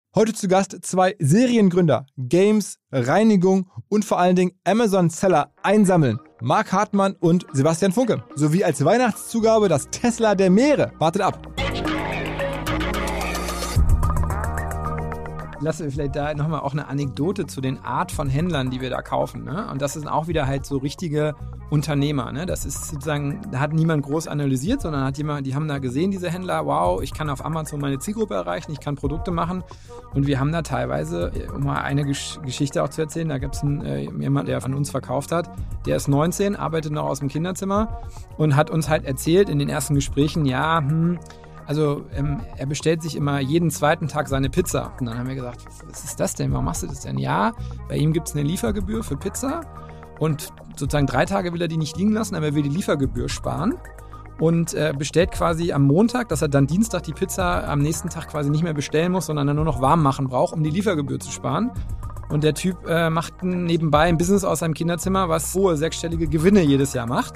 Heute zu Gast 2 Seriengründer, Games, Reinigung und vor allen Dingen Amazon-Seller einsammeln. Marc Hartmann und Sebastian Funke. Sowie als Weihnachtszugabe das Tesla der Meere. Wartet ab. Lass mir vielleicht da nochmal auch eine Anekdote zu den Art von Händlern, die wir da kaufen. Ne? Und das sind auch wieder halt so richtige Unternehmer. Ne? Das ist sozusagen, da hat niemand groß analysiert, sondern hat jemand, die haben da gesehen, diese Händler, wow, ich kann auf Amazon meine Zielgruppe erreichen, ich kann Produkte machen. Und wir haben da teilweise, um mal eine Geschichte auch zu erzählen, da gibt es jemand, der von uns verkauft hat, der ist 19, arbeitet noch aus dem Kinderzimmer und hat uns halt erzählt in den ersten Gesprächen, also er bestellt sich immer jeden zweiten Tag seine Pizza. Und dann haben wir gesagt, was ist das denn? Warum machst du das denn? Ja, bei ihm gibt es eine Liefergebühr für Pizza und sozusagen 3 Tage will er die nicht liegen lassen, aber er will die Liefergebühr sparen und bestellt quasi am Montag, dass er dann Dienstag die Pizza am nächsten Tag quasi nicht mehr bestellen muss, sondern dann nur noch warm machen braucht, um die Liefergebühr zu sparen. Und der Typ macht nebenbei ein Business aus seinem Kinderzimmer, was hohe 6-stellige Gewinne jedes Jahr macht.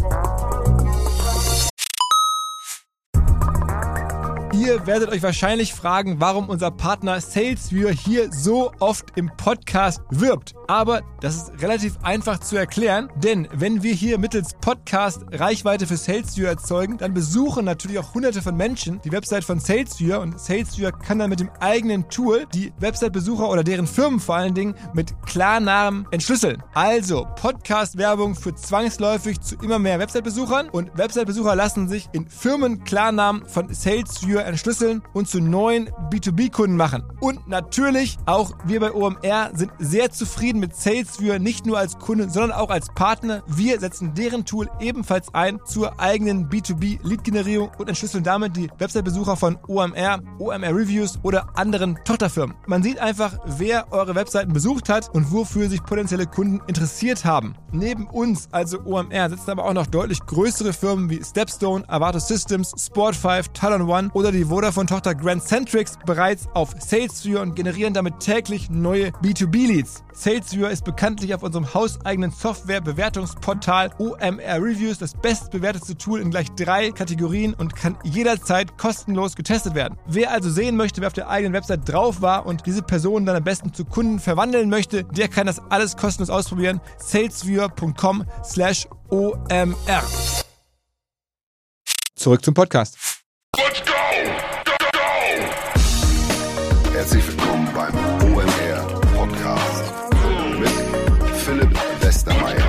Ihr werdet euch wahrscheinlich fragen, warum unser Partner SalesViewer hier so oft im Podcast wirbt. Aber das ist relativ einfach zu erklären, denn wenn wir hier mittels Podcast Reichweite für SalesViewer erzeugen, dann besuchen natürlich auch hunderte von Menschen die Website von SalesViewer und SalesViewer kann dann mit dem eigenen Tool die Website-Besucher oder deren Firmen vor allen Dingen mit Klarnamen entschlüsseln. Also Podcast-Werbung führt zwangsläufig zu immer mehr Website-Besuchern und Website-Besucher lassen sich in Firmen-Klarnamen von SalesViewer entschlüsseln und zu neuen B2B-Kunden machen. Und natürlich, auch wir bei OMR sind sehr zufrieden mit SalesViewer, nicht nur als Kunde, sondern auch als Partner. Wir setzen deren Tool ebenfalls ein zur eigenen B2B-Lead-Generierung und entschlüsseln damit die Website-Besucher von OMR, OMR Reviews oder anderen Tochterfirmen. Man sieht einfach, wer eure Webseiten besucht hat und wofür sich potenzielle Kunden interessiert haben. Neben uns, also OMR, setzen aber auch noch deutlich größere Firmen wie Stepstone, Avato Systems, Sport5, Talon One oder die Vodafone-Tochter Grand Centrix bereits auf SalesViewer und generieren damit täglich neue B2B-Leads. SalesViewer ist bekanntlich auf unserem hauseigenen Software-Bewertungsportal OMR Reviews das bestbewertete Tool in gleich 3 Kategorien und kann jederzeit kostenlos getestet werden. Wer also sehen möchte, wer auf der eigenen Website drauf war und diese Person dann am besten zu Kunden verwandeln möchte, der kann das alles kostenlos ausprobieren. salesviewer.com/OMR. Zurück zum Podcast. Let's go! Herzlich willkommen beim OMR Podcast mit Philipp Westermeier.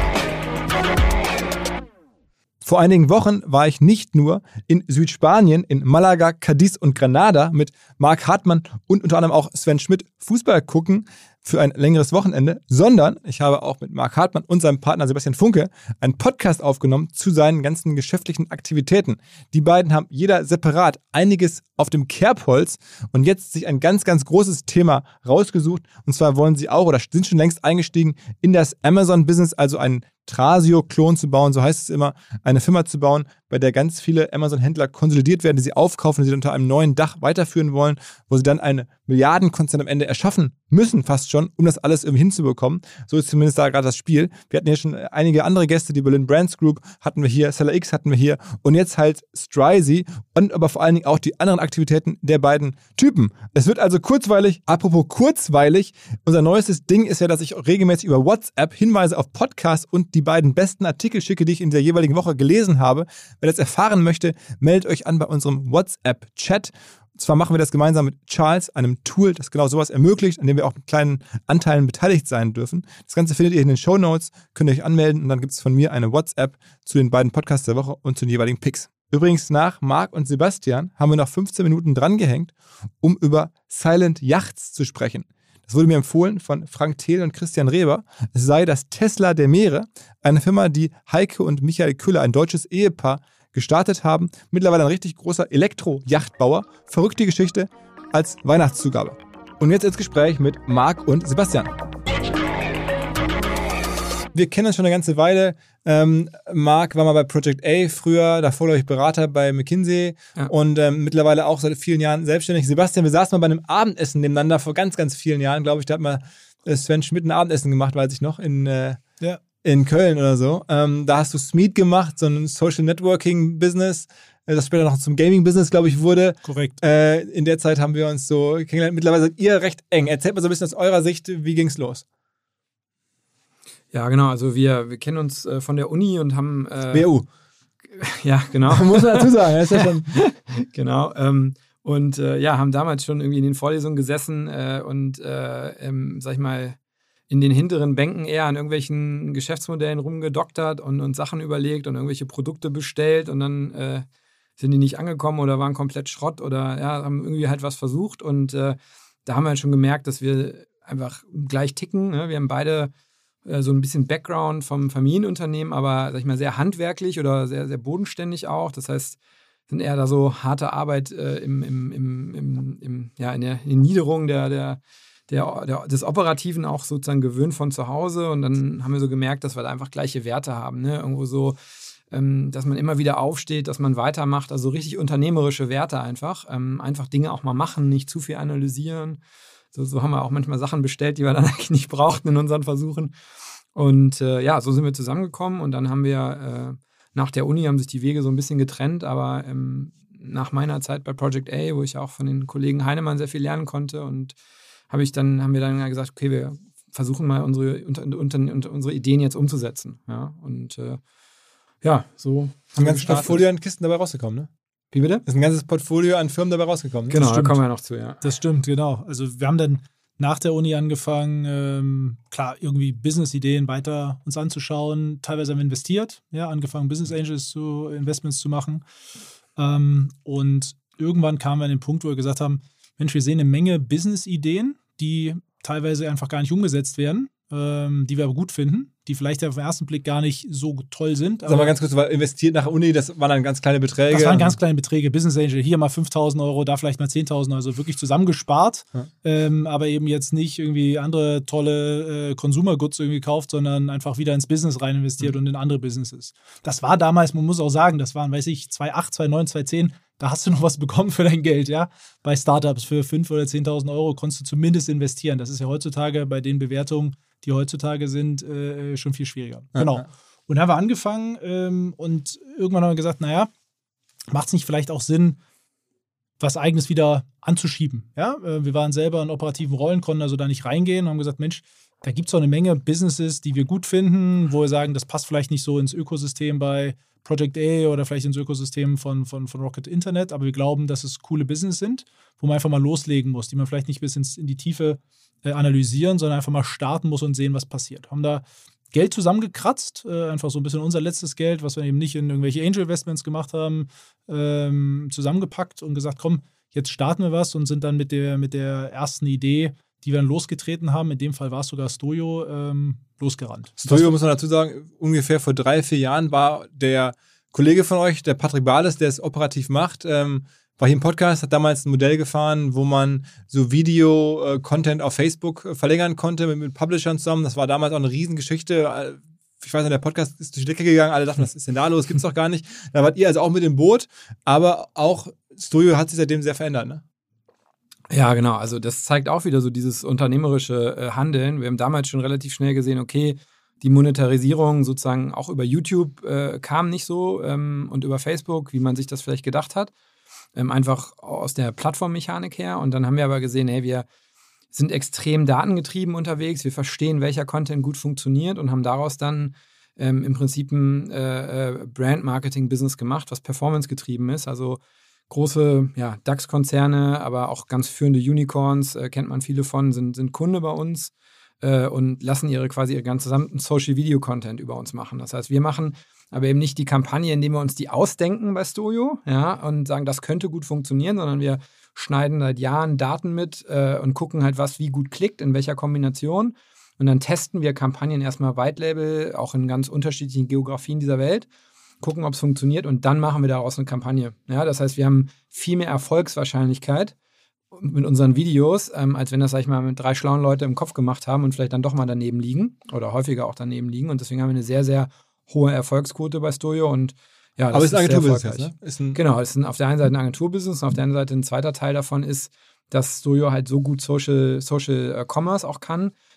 Vor einigen Wochen war ich nicht nur in Südspanien, in Malaga, Cadiz und Granada mit Marc Hartmann und unter anderem auch Sven Schmidt Fußball gucken für ein längeres Wochenende, sondern ich habe auch mit Marc Hartmann und seinem Partner Sebastian Funke einen Podcast aufgenommen zu seinen ganzen geschäftlichen Aktivitäten. Die beiden haben jeder separat einiges auf dem Kerbholz und jetzt sich ein ganz, ganz großes Thema rausgesucht. Und zwar wollen sie auch oder sind schon längst eingestiegen in das Amazon-Business, also einen Thrasio-Klon zu bauen, so heißt es immer, eine Firma zu bauen, bei der ganz viele Amazon-Händler konsolidiert werden, die sie aufkaufen, die sie unter einem neuen Dach weiterführen wollen, wo sie dann eine Milliardenkonzern am Ende erschaffen müssen, fast schon, um das alles irgendwie hinzubekommen. So ist zumindest da gerade das Spiel. Wir hatten ja schon einige andere Gäste, die Berlin Brands Group hatten wir hier, Seller X hatten wir hier und jetzt halt Strizy und aber vor allen Dingen auch die anderen Aktivitäten der beiden Typen. Es wird also kurzweilig. Apropos kurzweilig, unser neuestes Ding ist ja, dass ich regelmäßig über WhatsApp Hinweise auf Podcasts und die beiden besten Artikel schicke, die ich in der jeweiligen Woche gelesen habe. Wer das erfahren möchte, meldet euch an bei unserem WhatsApp-Chat. Und zwar machen wir das gemeinsam mit Charles, einem Tool, das genau sowas ermöglicht, an dem wir auch mit kleinen Anteilen beteiligt sein dürfen. Das Ganze findet ihr in den Shownotes, könnt ihr euch anmelden und dann gibt es von mir eine WhatsApp zu den beiden Podcasts der Woche und zu den jeweiligen Picks. Übrigens, nach Marc und Sebastian haben wir noch 15 Minuten drangehängt, um über Silent Yachts zu sprechen. Es wurde mir empfohlen von Frank Thiel und Christian Reber, es sei das Tesla der Meere, eine Firma, die Heike und Michael Küller, ein deutsches Ehepaar, gestartet haben. Mittlerweile ein richtig großer Elektro-Yachtbauer. Verrückte Geschichte als Weihnachtszugabe. Und jetzt ins Gespräch mit Marc und Sebastian. Wir kennen uns schon eine ganze Weile. Marc war mal bei Project A früher, davor glaube ich Berater bei McKinsey und mittlerweile auch seit vielen Jahren selbstständig. Sebastian, wir saßen mal bei einem Abendessen nebeneinander vor ganz, ganz vielen Jahren, glaube ich. Da hat mal Sven Schmidt ein Abendessen gemacht, weiß ich noch, in Köln oder so. Da hast du Smeet gemacht, so ein Social Networking Business. das später noch zum Gaming-Business, glaube ich, wurde. Korrekt. In der Zeit haben wir uns so kennengelernt. Mittlerweile seid ihr recht eng. Erzählt mal so ein bisschen aus eurer Sicht, wie ging's los? Ja, genau. Also wir kennen uns von der Uni und haben... WU. Ja, genau. Muss man dazu sagen. Das ist ja schon genau. Haben damals schon irgendwie in den Vorlesungen gesessen sag ich mal, in den hinteren Bänken eher an irgendwelchen Geschäftsmodellen rumgedoktert und Sachen überlegt und irgendwelche Produkte bestellt und dann sind die nicht angekommen oder waren komplett Schrott oder haben irgendwie halt was versucht und da haben wir halt schon gemerkt, dass wir einfach gleich ticken. Ne? Wir haben beide so ein bisschen Background vom Familienunternehmen, aber, sag ich mal, sehr handwerklich oder sehr, sehr bodenständig auch. Das heißt, sind eher da so harte Arbeit in der Niederung des Operativen auch sozusagen gewöhnt von zu Hause. Und dann haben wir so gemerkt, dass wir da einfach gleiche Werte haben. Ne? Irgendwo so, dass man immer wieder aufsteht, dass man weitermacht. Also richtig unternehmerische Werte einfach. Einfach Dinge auch mal machen, nicht zu viel analysieren. So haben wir auch manchmal Sachen bestellt, die wir dann eigentlich nicht brauchten in unseren Versuchen. Und so sind wir zusammengekommen. Und dann haben wir nach der Uni haben sich die Wege so ein bisschen getrennt. Aber nach meiner Zeit bei Project A, wo ich auch von den Kollegen Heinemann sehr viel lernen konnte und haben wir dann gesagt, okay, wir versuchen mal unsere Ideen jetzt umzusetzen. Ja, und so haben wir ein ganzes Portfolio an Kisten dabei rausgekommen, ne? Wie bitte? Ist ein ganzes Portfolio an Firmen dabei rausgekommen. Ne? Genau, da kommen wir noch zu, ja. Das stimmt, genau. Also wir haben dann nach der Uni angefangen, klar, irgendwie Business-Ideen weiter uns anzuschauen. Teilweise haben wir investiert, angefangen Business Angels Investments zu machen. Und irgendwann kamen wir an den Punkt, wo wir gesagt haben, Mensch, wir sehen eine Menge Business-Ideen, die teilweise einfach gar nicht umgesetzt werden, die wir aber gut finden, die vielleicht auf den ersten Blick gar nicht so toll sind. Sag mal ganz kurz, weil investiert nach der Uni, das waren dann ganz kleine Beträge. Das waren ganz kleine Beträge. Business Angel, hier mal 5.000 Euro, da vielleicht mal 10.000, also wirklich zusammengespart, aber eben jetzt nicht irgendwie andere tolle Consumer Goods irgendwie gekauft, sondern einfach wieder ins Business rein investiert und in andere Businesses. Das war damals, man muss auch sagen, das waren, 2008, 2009, 2010, da hast du noch was bekommen für dein Geld, ja. Bei Startups für 5.000 oder 10.000 Euro konntest du zumindest investieren. Das ist ja heutzutage bei den Bewertungen, die heutzutage sind, schon viel schwieriger. Ja, genau. ja. Und da haben wir angefangen und irgendwann haben wir gesagt, macht es nicht vielleicht auch Sinn, was Eigenes wieder anzuschieben? Ja? Wir waren selber in operativen Rollen, konnten also da nicht reingehen und haben gesagt, Mensch, da gibt es auch eine Menge Businesses, die wir gut finden, wo wir sagen, das passt vielleicht nicht so ins Ökosystem bei Project A oder vielleicht ins Ökosystem von Rocket Internet, aber wir glauben, dass es coole Business sind, wo man einfach mal loslegen muss, die man vielleicht nicht bis in die Tiefe analysieren, sondern einfach mal starten muss und sehen, was passiert. Haben da Geld zusammengekratzt, einfach so ein bisschen unser letztes Geld, was wir eben nicht in irgendwelche Angel Investments gemacht haben, zusammengepackt und gesagt, komm, jetzt starten wir was und sind dann mit der ersten Idee, die wir dann losgetreten haben, in dem Fall war es sogar Stojo, losgerannt. Stojo, muss man dazu sagen, ungefähr vor 3-4 Jahren war der Kollege von euch, der Patrick Bales, der es operativ macht, war hier im Podcast, hat damals ein Modell gefahren, wo man so Video-Content auf Facebook verlängern konnte mit Publishern zusammen. Das war damals auch eine Riesengeschichte. Ich weiß nicht, der Podcast ist durch die Decke gegangen. Alle dachten, was ist denn da los? Gibt's doch gar nicht. Da wart ihr also auch mit im Boot. Aber auch Stojo hat sich seitdem sehr verändert, ne? Ja, genau. Also das zeigt auch wieder so dieses unternehmerische Handeln. Wir haben damals schon relativ schnell gesehen, okay, die Monetarisierung sozusagen auch über YouTube kam nicht so und über Facebook, wie man sich das vielleicht gedacht hat. Einfach aus der Plattformmechanik her. Und dann haben wir aber gesehen, hey, wir sind extrem datengetrieben unterwegs. Wir verstehen, welcher Content gut funktioniert und haben daraus dann im Prinzip ein Brand-Marketing-Business gemacht, was performance-getrieben ist. Also große DAX-Konzerne, aber auch ganz führende Unicorns, kennt man viele von, sind Kunde bei uns und lassen ihren gesamten Social-Video-Content über uns machen. Das heißt, wir machen aber eben nicht die Kampagne, indem wir uns die ausdenken bei Stojo, und sagen, das könnte gut funktionieren, sondern wir schneiden seit Jahren Daten mit und gucken halt, was wie gut klickt, in welcher Kombination. Und dann testen wir Kampagnen erstmal White Label, auch in ganz unterschiedlichen Geografien dieser Welt, gucken, ob es funktioniert und dann machen wir daraus eine Kampagne. Ja, das heißt, wir haben viel mehr Erfolgswahrscheinlichkeit mit unseren Videos, als wenn das, sag ich mal, mit 3 schlauen Leute im Kopf gemacht haben und vielleicht dann doch mal daneben liegen oder häufiger auch daneben liegen. Und deswegen haben wir eine sehr, sehr hohe Erfolgsquote bei Stojo und ja, das aber ist ein Agenturbusiness, ne? Genau, es ist auf der einen Seite ein Agenturbusiness und auf der anderen Seite ein zweiter Teil davon ist, dass Stojo halt so gut Social Commerce auch kann,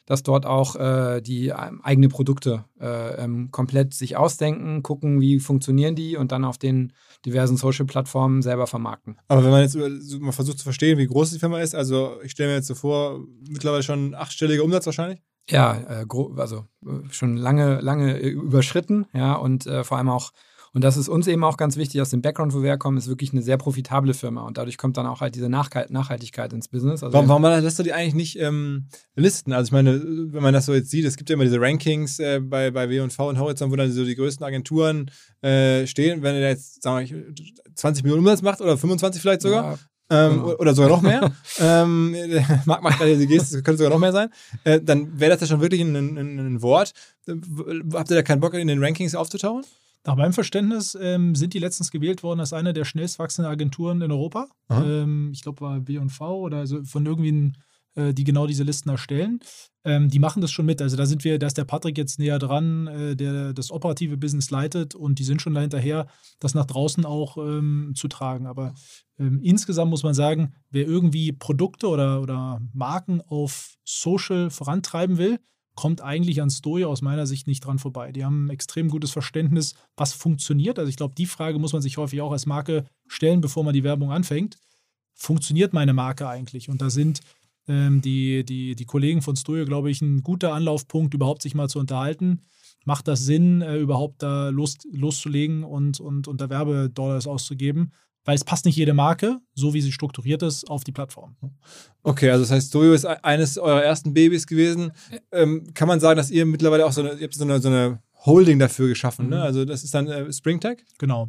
dass dort auch die eigene Produkte komplett sich ausdenken, gucken, wie funktionieren die und dann auf den diversen Social-Plattformen selber vermarkten. Aber wenn man jetzt mal versucht zu verstehen, wie groß die Firma ist, also ich stelle mir jetzt so vor, mittlerweile schon 8-stelliger Umsatz wahrscheinlich? Ja, schon lange überschritten, ja, und vor allem auch, und das ist uns eben auch ganz wichtig, aus dem Background, wo wir herkommen, ist wirklich eine sehr profitable Firma und dadurch kommt dann auch halt diese Nachhaltigkeit ins Business. Also warum lässt du die eigentlich nicht listen? Also ich meine, wenn man das so jetzt sieht, es gibt ja immer diese Rankings bei W&V und Horizon, wo dann so die größten Agenturen stehen. Wenn er jetzt, sagen wir mal, 20 Millionen Umsatz macht oder 25 vielleicht sogar, Genau. Oder sogar noch mehr, Marc macht gerade die Geste, das könnte sogar noch mehr sein, dann wäre das ja schon wirklich ein Wort. Habt ihr da keinen Bock, in den Rankings aufzutauchen? Nach meinem Verständnis sind die letztens gewählt worden als eine der schnellst wachsenden Agenturen in Europa. Ich glaube, war W&V oder so von irgendwie, die genau diese Listen erstellen. Die machen das schon mit. Also da ist der Patrick jetzt näher dran, der das operative Business leitet und die sind schon dahinterher, das nach draußen auch zu tragen. Aber insgesamt muss man sagen, wer irgendwie Produkte oder Marken auf Social vorantreiben will, kommt eigentlich an Stojo aus meiner Sicht nicht dran vorbei. Die haben ein extrem gutes Verständnis, was funktioniert. Also ich glaube, die Frage muss man sich häufig auch als Marke stellen, bevor man die Werbung anfängt. Funktioniert meine Marke eigentlich? Und da sind die Kollegen von Stojo, glaube ich, ein guter Anlaufpunkt, überhaupt sich mal zu unterhalten. Macht das Sinn, überhaupt da loszulegen und da Werbedollars auszugeben? Weil es passt nicht jede Marke, so wie sie strukturiert ist, auf die Plattform. Okay, also das heißt, Stojo ist eines eurer ersten Babys gewesen. Kann man sagen, dass ihr mittlerweile auch so eine Holding dafür geschaffen, ne? Also das ist dann Springtech? Genau.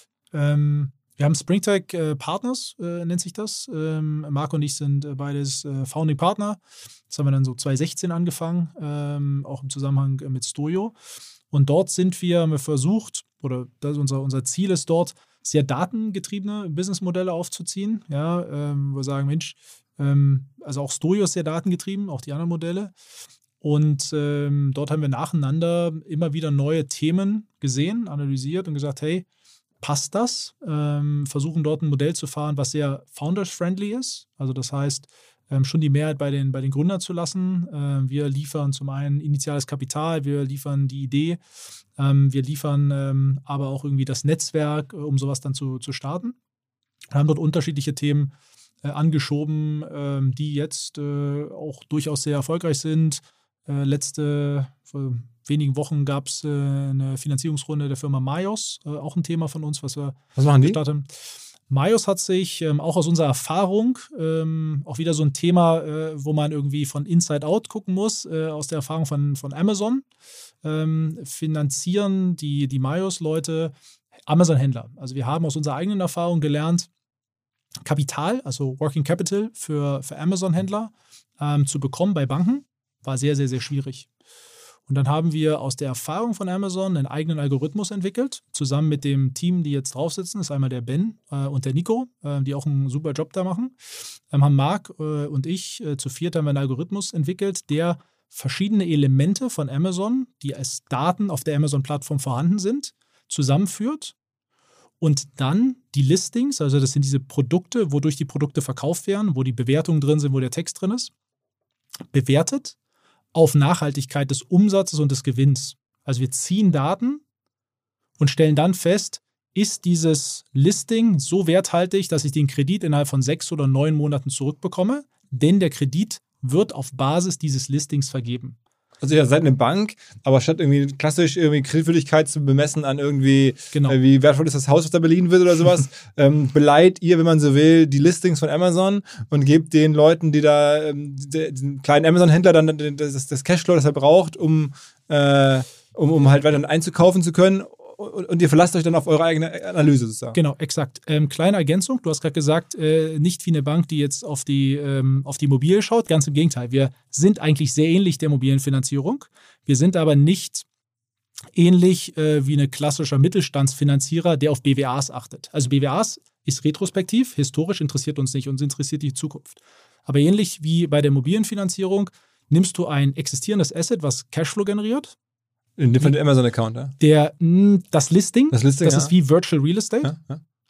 Wir haben Springtech Partners, nennt sich das. Marc und ich sind beides Founding Partner. Das haben wir dann so 2016 angefangen, auch im Zusammenhang mit Stojo. Und dort haben wir versucht, oder das unser Ziel ist dort, sehr datengetriebene Businessmodelle aufzuziehen. Ja, wo wir sagen, Mensch, also auch Stojo ist sehr datengetrieben, auch die anderen Modelle. Und dort haben wir nacheinander immer wieder neue Themen gesehen, analysiert und gesagt, hey, passt das? Versuchen dort ein Modell zu fahren, was sehr founders-friendly ist. Also das heißt, schon die Mehrheit bei den Gründern zu lassen. Wir liefern zum einen initiales Kapital, wir liefern die Idee, wir liefern aber auch irgendwie das Netzwerk, um sowas dann zu starten. Wir haben dort unterschiedliche Themen angeschoben, die jetzt auch durchaus sehr erfolgreich sind. Vor wenigen Wochen gab es eine Finanzierungsrunde der Firma Mayos, auch ein Thema von uns, was machen die? gestartet haben. Mayos hat sich auch aus unserer Erfahrung, auch wieder so ein Thema, wo man irgendwie von Inside Out gucken muss, aus der Erfahrung von Amazon, finanzieren die Mayos-Leute Amazon-Händler. Also wir haben aus unserer eigenen Erfahrung gelernt, Kapital, also Working Capital für Amazon-Händler zu bekommen bei Banken, war sehr, sehr, sehr schwierig. Und dann haben wir aus der Erfahrung von Amazon einen eigenen Algorithmus entwickelt, zusammen mit dem Team, die jetzt drauf sitzen. Das ist einmal der Ben und der Nico, die auch einen super Job da machen. Haben Marc und ich zu viert haben wir einen Algorithmus entwickelt, der verschiedene Elemente von Amazon, die als Daten auf der Amazon-Plattform vorhanden sind, zusammenführt und dann die Listings, also das sind diese Produkte, wodurch die Produkte verkauft werden, wo die Bewertungen drin sind, wo der Text drin ist, bewertet auf Nachhaltigkeit des Umsatzes und des Gewinns. Also wir ziehen Daten und stellen dann fest, ist dieses Listing so werthaltig, dass ich den Kredit innerhalb von 6 oder 9 Monaten zurückbekomme, denn der Kredit wird auf Basis dieses Listings vergeben. Also ihr seid eine Bank, aber statt irgendwie klassisch irgendwie Kreditwürdigkeit zu bemessen an irgendwie, Genau. Wie wertvoll ist das Haus, was da Berlin wird oder sowas, beleiht ihr, wenn man so will, die Listings von Amazon und gebt den Leuten, die da, den kleinen Amazon-Händler dann das Cashflow, das er braucht, um halt weiter einzukaufen zu können. Und ihr verlasst euch dann auf eure eigene Analyse sozusagen. Genau, exakt. Kleine Ergänzung, du hast gerade gesagt, nicht wie eine Bank, die jetzt auf die Immobilie schaut, ganz im Gegenteil. Wir sind eigentlich sehr ähnlich der Immobilienfinanzierung. Wir sind aber nicht ähnlich wie ein klassischer Mittelstandsfinanzierer, der auf BWAs achtet. Also BWAs ist retrospektiv, historisch interessiert uns nicht, uns interessiert die Zukunft. Aber ähnlich wie bei der Immobilienfinanzierung nimmst du ein existierendes Asset, was Cashflow generiert. In dem Fall der Amazon-Account, ja? Das Listing, das ist wie Virtual Real Estate. Ja.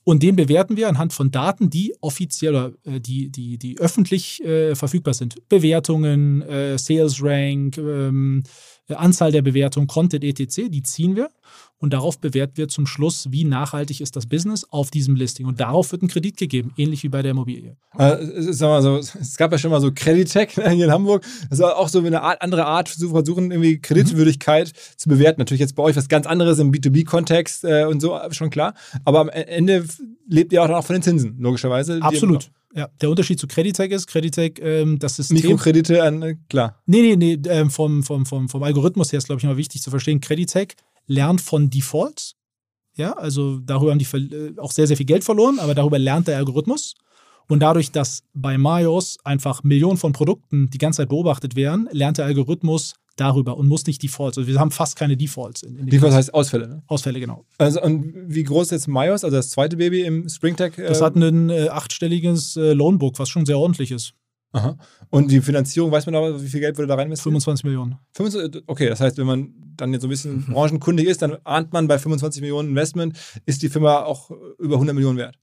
Und den bewerten wir anhand von Daten, die offiziell oder die öffentlich verfügbar sind. Bewertungen, Sales Rank, Anzahl der Bewertungen, Content etc., die ziehen wir. Und darauf bewerten wir zum Schluss, wie nachhaltig ist das Business auf diesem Listing. Und darauf wird ein Kredit gegeben, ähnlich wie bei der Immobilie. Sag mal so, es gab ja schon mal so Creditec hier in Hamburg. Das war auch so eine andere Art zu versuchen, irgendwie Kreditwürdigkeit zu bewerten. Natürlich jetzt bei euch was ganz anderes im B2B-Kontext und so, schon klar. Aber am Ende lebt ihr auch dann auch von den Zinsen, logischerweise. Absolut. Ja, der Unterschied zu Creditec ist, das System... Mikrokredite, klar. Nee, vom Algorithmus her ist, glaube ich, immer wichtig zu verstehen, Creditec lernt von Defaults. Ja, also darüber haben die auch sehr, sehr viel Geld verloren, aber darüber lernt der Algorithmus. Und dadurch, dass bei Marios einfach Millionen von Produkten die ganze Zeit beobachtet werden, lernt der Algorithmus darüber und muss nicht Defaults. Also wir haben fast keine Defaults. Defaults heißt Ausfälle, ne? Ausfälle, genau. Also, und wie groß ist jetzt Marios, also das zweite Baby im Springtech? Das hat ein 8-stelliges Loanbook, was schon sehr ordentlich ist. Aha. Und die Finanzierung, weiß man aber, wie viel Geld wurde da rein investiert? 25 Millionen. Okay, das heißt, wenn man dann jetzt so ein bisschen branchenkundig ist, dann ahnt man, bei 25 Millionen Investment ist die Firma auch über 100 Millionen wert.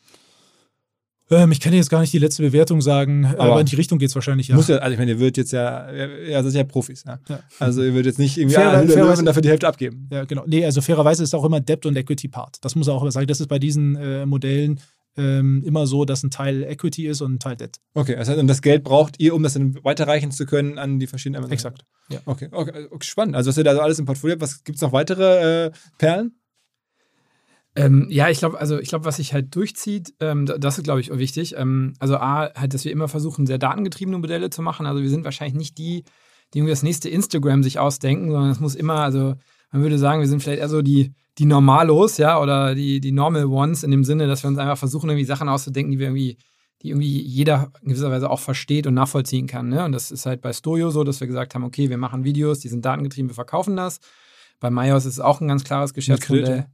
Ich kann jetzt gar nicht die letzte Bewertung sagen, aber in die Richtung geht es wahrscheinlich, ja. Muss ja. Also ich meine, ihr würdet jetzt das ist ja Profis. Ja? Ja. Also ihr würdet jetzt nicht irgendwie fairerweise dafür die Hälfte abgeben. Ja, genau. Nee, also fairerweise ist auch immer Debt und Equity Part. Das muss er auch sagen. Das ist bei diesen Modellen immer so, dass ein Teil Equity ist und ein Teil Debt. Okay, das heißt, und das Geld braucht ihr, um das dann weiterreichen zu können an die verschiedenen Amazon. Exakt. Ja. Okay, spannend. Also was ihr da alles im Portfolio habt, gibt es noch weitere Perlen? Ja, ich glaube, was sich halt durchzieht, das ist, glaube ich, wichtig. Also halt, dass wir immer versuchen, sehr datengetriebene Modelle zu machen. Also wir sind wahrscheinlich nicht die irgendwie das nächste Instagram sich ausdenken, sondern es muss immer, also man würde sagen, wir sind vielleicht eher so die Normalos, ja, oder die Normal Ones in dem Sinne, dass wir uns einfach versuchen, irgendwie Sachen auszudenken, die irgendwie jeder in gewisser Weise auch versteht und nachvollziehen kann. Ne? Und das ist halt bei Stojo so, dass wir gesagt haben, okay, wir machen Videos, die sind datengetrieben, wir verkaufen das. Bei Marios ist es auch ein ganz klares Geschäftsmodell.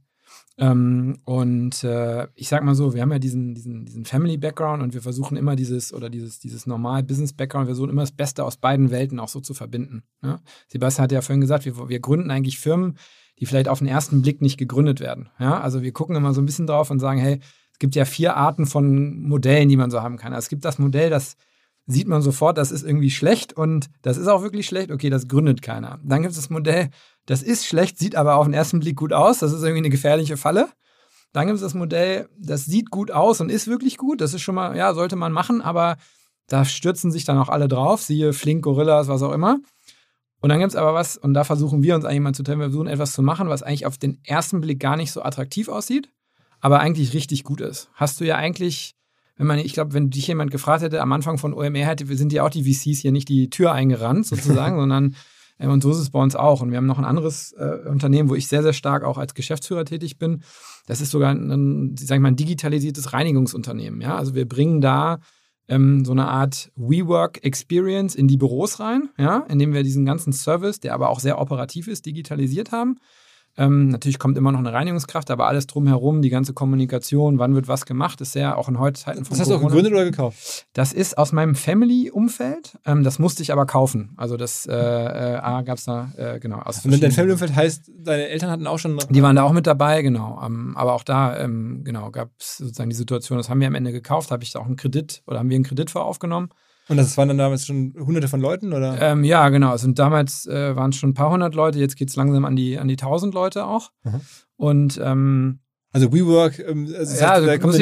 Ich sag mal so, wir haben ja diesen Family-Background und wir versuchen immer dieses normal Business-Background, wir versuchen immer das Beste aus beiden Welten auch so zu verbinden. Ne? Sebastian hat ja vorhin gesagt, wir gründen eigentlich Firmen, die vielleicht auf den ersten Blick nicht gegründet werden. Ja? Also wir gucken immer so ein bisschen drauf und sagen, hey, es gibt ja 4 Arten von Modellen, die man so haben kann. Also es gibt das Modell, das sieht man sofort, das ist irgendwie schlecht und das ist auch wirklich schlecht, okay, das gründet keiner. Dann gibt es das Modell, das ist schlecht, sieht aber auf den ersten Blick gut aus, das ist irgendwie eine gefährliche Falle. Dann gibt es das Modell, das sieht gut aus und ist wirklich gut, das ist schon mal, ja, sollte man machen, aber da stürzen sich dann auch alle drauf, siehe Flink, Gorillas, was auch immer. Und dann gibt es aber was, und da versuchen wir uns eigentlich mal zu treffen, wir versuchen etwas zu machen, was eigentlich auf den ersten Blick gar nicht so attraktiv aussieht, aber eigentlich richtig gut ist. Hast du ja eigentlich, ich glaube, wenn dich jemand gefragt hätte, am Anfang von OMR sind ja auch die VCs hier nicht die Tür eingerannt sozusagen, sondern, und so ist es bei uns auch. Und wir haben noch ein anderes Unternehmen, wo ich sehr, sehr stark auch als Geschäftsführer tätig bin. Das ist sogar ein digitalisiertes Reinigungsunternehmen. Ja? Also wir bringen da so eine Art WeWork-Experience in die Büros rein, ja? Indem wir diesen ganzen Service, der aber auch sehr operativ ist, digitalisiert haben. Natürlich kommt immer noch eine Reinigungskraft, aber alles drumherum, die ganze Kommunikation, wann wird was gemacht, ist sehr auch in heute Zeiten von Corona. Das hast du auch gegründet oder gekauft? Das ist aus meinem Family-Umfeld. Das musste ich aber kaufen. Also das gab es da, genau. Und dein Family-Umfeld heißt, deine Eltern hatten auch schon... Die waren da auch mit dabei, genau. Aber auch da, genau, gab es sozusagen die Situation, das haben wir am Ende gekauft, haben wir einen Kredit für aufgenommen. Und das waren dann damals schon Hunderte von Leuten, oder? Ja, genau. Also damals waren es schon ein paar hundert Leute, jetzt geht es langsam an die 1000 Leute auch. Mhm. Und also WeWork, du musst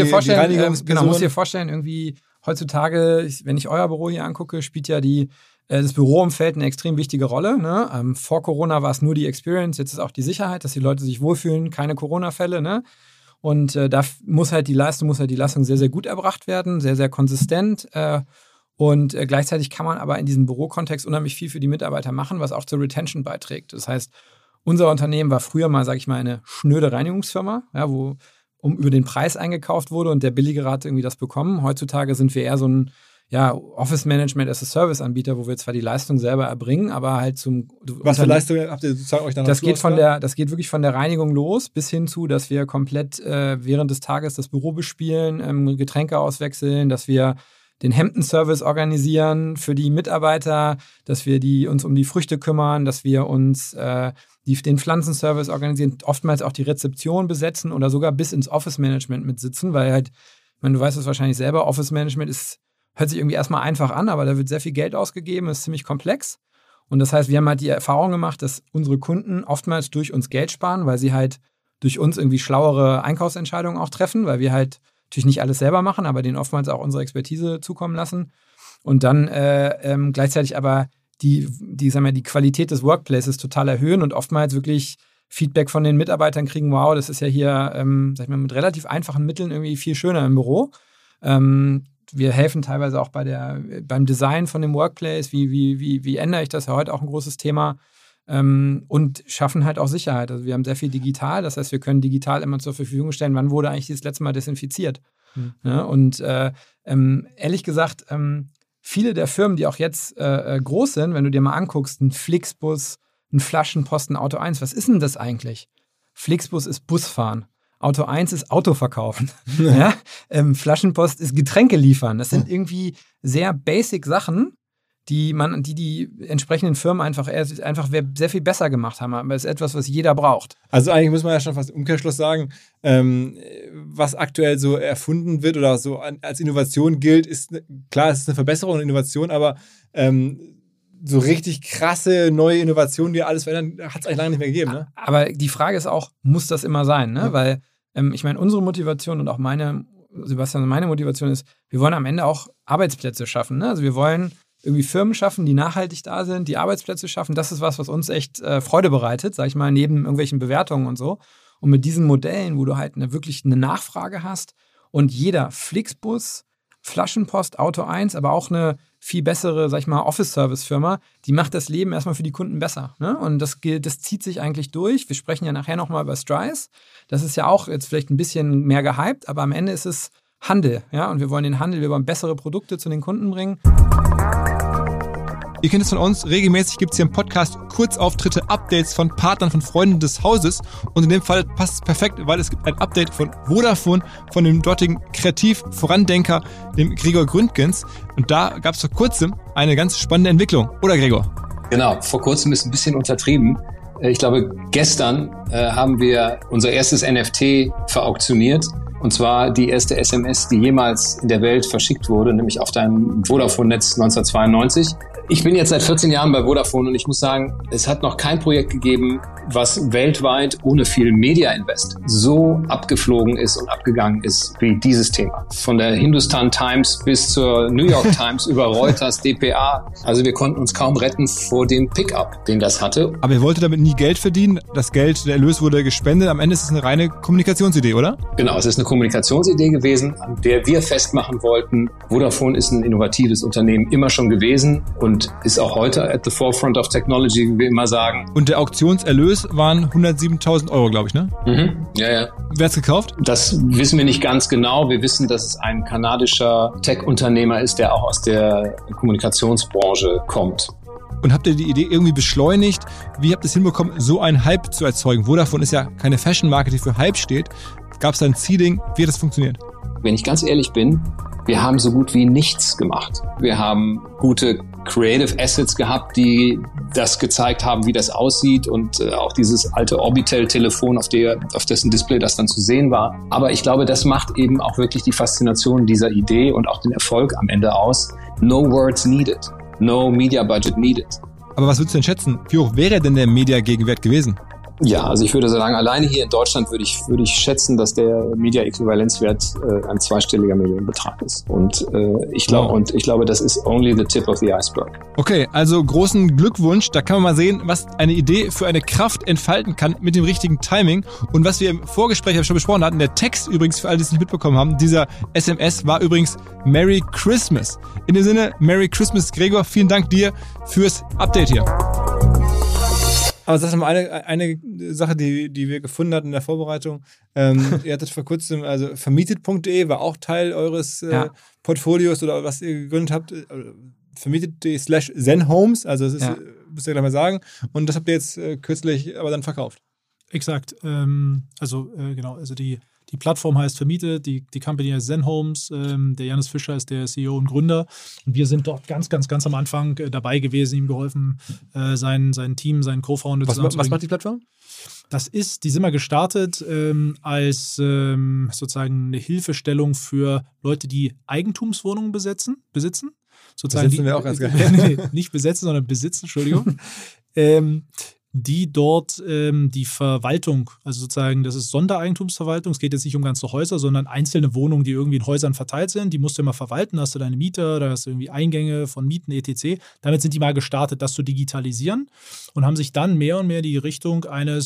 dir vorstellen, irgendwie heutzutage, wenn ich euer Büro hier angucke, spielt ja das Büroumfeld eine extrem wichtige Rolle. Ne? Vor Corona war es nur die Experience, jetzt ist auch die Sicherheit, dass die Leute sich wohlfühlen, keine Corona-Fälle, ne? Und da muss halt die Leistung sehr, sehr gut erbracht werden, sehr, sehr konsistent. Und gleichzeitig kann man aber in diesem Bürokontext unheimlich viel für die Mitarbeiter machen, was auch zur Retention beiträgt. Das heißt, unser Unternehmen war früher mal, sage ich mal, eine schnöde Reinigungsfirma, ja, wo über den Preis eingekauft wurde und der Billigere hat irgendwie das bekommen. Heutzutage sind wir eher so ein Office Management as a Service Anbieter, wo wir zwar die Leistung selber erbringen, aber halt Was für Leistung habt ihr sozusagen euch dann das geht wirklich von der Reinigung los bis hin zu, dass wir komplett während des Tages das Büro bespielen, Getränke auswechseln, dass wir den Hemden-Service organisieren für die Mitarbeiter, dass wir uns um die Früchte kümmern, dass wir uns den Pflanzenservice organisieren, oftmals auch die Rezeption besetzen oder sogar bis ins Office-Management mitsitzen, weil halt, ich meine, du weißt es wahrscheinlich selber, Office-Management hört sich irgendwie erstmal einfach an, aber da wird sehr viel Geld ausgegeben, ist ziemlich komplex. Und das heißt, wir haben halt die Erfahrung gemacht, dass unsere Kunden oftmals durch uns Geld sparen, weil sie halt durch uns irgendwie schlauere Einkaufsentscheidungen auch treffen, weil wir halt natürlich nicht alles selber machen, aber denen oftmals auch unsere Expertise zukommen lassen. Und dann gleichzeitig aber die Qualität des Workplaces total erhöhen und oftmals wirklich Feedback von den Mitarbeitern kriegen, wow, das ist ja hier, sag ich mal, mit relativ einfachen Mitteln irgendwie viel schöner im Büro. Wir helfen teilweise auch beim Design von dem Workplace, wie ändere ich das, ja heute auch ein großes Thema, und schaffen halt auch Sicherheit. Also wir haben sehr viel digital, das heißt, wir können digital immer zur Verfügung stellen, wann wurde eigentlich das letzte Mal desinfiziert. Ja, und ehrlich gesagt, viele der Firmen, die auch jetzt groß sind, wenn du dir mal anguckst, ein Flixbus, ein Flaschenpost, ein Auto 1, was ist denn das eigentlich? Flixbus ist Busfahren. Auto 1 ist Auto verkaufen. Ja? Flaschenpost ist Getränke liefern. Das sind irgendwie sehr basic Sachen, die entsprechenden Firmen einfach sehr viel besser gemacht haben. Aber es ist etwas, was jeder braucht. Also eigentlich muss man ja schon fast im Umkehrschluss sagen, was aktuell so erfunden wird oder so als Innovation gilt, klar, es ist eine Verbesserung und Innovation, aber so richtig krasse neue Innovationen, die alles verändern, hat es eigentlich lange nicht mehr gegeben. Ne? Aber die Frage ist auch, muss das immer sein? Ne? Ja. Weil ich meine, unsere Motivation und auch meine Motivation ist, wir wollen am Ende auch Arbeitsplätze schaffen. Ne? Also wir wollen irgendwie Firmen schaffen, die nachhaltig da sind, die Arbeitsplätze schaffen. Das ist was uns echt Freude bereitet, sag ich mal, neben irgendwelchen Bewertungen und so. Und mit diesen Modellen, wo du halt wirklich eine Nachfrage hast und jeder Flixbus, Flaschenpost, Auto 1, aber auch eine viel bessere, sag ich mal, Office-Service-Firma, die macht das Leben erstmal für die Kunden besser. Ne? Und das zieht sich eigentlich durch. Wir sprechen ja nachher nochmal über Strice. Das ist ja auch jetzt vielleicht ein bisschen mehr gehypt, aber am Ende ist es Handel. Ja? Und wir wollen wir wollen bessere Produkte zu den Kunden bringen. Ihr kennt es von uns, regelmäßig gibt es hier im Podcast Kurzauftritte, Updates von Partnern, von Freunden des Hauses. Und in dem Fall passt es perfekt, weil es gibt ein Update von Vodafone, von dem dortigen Kreativ-Vorandenker, dem Gregor Gründgens. Und da gab es vor kurzem eine ganz spannende Entwicklung. Oder Gregor? Genau, vor kurzem ist ein bisschen untertrieben. Ich glaube, gestern haben wir unser erstes NFT verauktioniert. Und zwar die erste SMS, die jemals in der Welt verschickt wurde, nämlich auf deinem Vodafone-Netz 1992. Ich bin jetzt seit 14 Jahren bei Vodafone und ich muss sagen, es hat noch kein Projekt gegeben, was weltweit ohne viel Media-Invest so abgeflogen ist und abgegangen ist wie dieses Thema. Von der Hindustan Times bis zur New York Times über Reuters, dpa. Also wir konnten uns kaum retten vor dem Pickup, den das hatte. Aber ihr wolltet damit nie Geld verdienen. Das Geld, der Erlös wurde gespendet. Am Ende ist es eine reine Kommunikationsidee, oder? Genau, es ist eine Kommunikationsidee gewesen, an der wir festmachen wollten, Vodafone ist ein innovatives Unternehmen immer schon gewesen und ist auch heute at the forefront of technology, wie wir immer sagen. Und der Auktionserlös waren 107.000 Euro, glaube ich, ne? Mhm. Ja. Wer hat's gekauft? Das wissen wir nicht ganz genau. Wir wissen, dass es ein kanadischer Tech-Unternehmer ist, der auch aus der Kommunikationsbranche kommt. Und habt ihr die Idee irgendwie beschleunigt? Wie habt ihr es hinbekommen, so einen Hype zu erzeugen? Vodafone ist ja keine Fashion-Marke, die für Hype steht. Gab es da ein Seeding? Wie hat das funktioniert? Wenn ich ganz ehrlich bin, wir haben so gut wie nichts gemacht. Wir haben gute Creative Assets gehabt, die das gezeigt haben, wie das aussieht und auch dieses alte Orbitel-Telefon, auf dessen Display das dann zu sehen war. Aber ich glaube, das macht eben auch wirklich die Faszination dieser Idee und auch den Erfolg am Ende aus. No words needed. No media budget needed. Aber was würdest du denn schätzen? Wie hoch wäre denn der Media-Gegenwert gewesen? Ja, also ich würde sagen, alleine hier in Deutschland würde ich schätzen, dass der Media-Äquivalenzwert ein zweistelliger Millionenbetrag ist. Und ich glaube, das ist only the tip of the iceberg. Okay, also großen Glückwunsch. Da kann man mal sehen, was eine Idee für eine Kraft entfalten kann mit dem richtigen Timing. Und was wir im Vorgespräch schon besprochen hatten, der Text übrigens, für alle, die es nicht mitbekommen haben, dieser SMS war übrigens Merry Christmas. In dem Sinne, Merry Christmas, Gregor. Vielen Dank dir fürs Update hier. Aber das ist noch mal eine Sache, die wir gefunden hatten in der Vorbereitung. Ihr hattet vor kurzem, also vermietet.de war auch Teil eures Portfolios oder was ihr gegründet habt. Vermietet.de/Zenhomes, also das ist, müsst ihr gleich mal sagen. Und das habt ihr jetzt kürzlich aber dann verkauft. Exakt. Also die Die Plattform heißt Vermietet, die Company heißt Zen Homes, der Janis Fischer ist der CEO und Gründer. Und wir sind dort ganz am Anfang dabei gewesen, ihm geholfen, sein Team, seinen Co-Founder Was macht die Plattform? Die sind mal gestartet als sozusagen eine Hilfestellung für Leute, die Eigentumswohnungen besitzen. Sozusagen Besitzen wir auch ganz gerne. Nee, nicht besetzen, sondern besitzen, Entschuldigung. Die dort die Verwaltung, also sozusagen, das ist Sondereigentumsverwaltung, es geht jetzt nicht um ganze Häuser, sondern einzelne Wohnungen, die irgendwie in Häusern verteilt sind, die musst du immer verwalten, da hast du deine Mieter, da hast du irgendwie Eingänge von Mieten, etc. Damit sind die mal gestartet, das zu digitalisieren und haben sich dann mehr und mehr die Richtung eine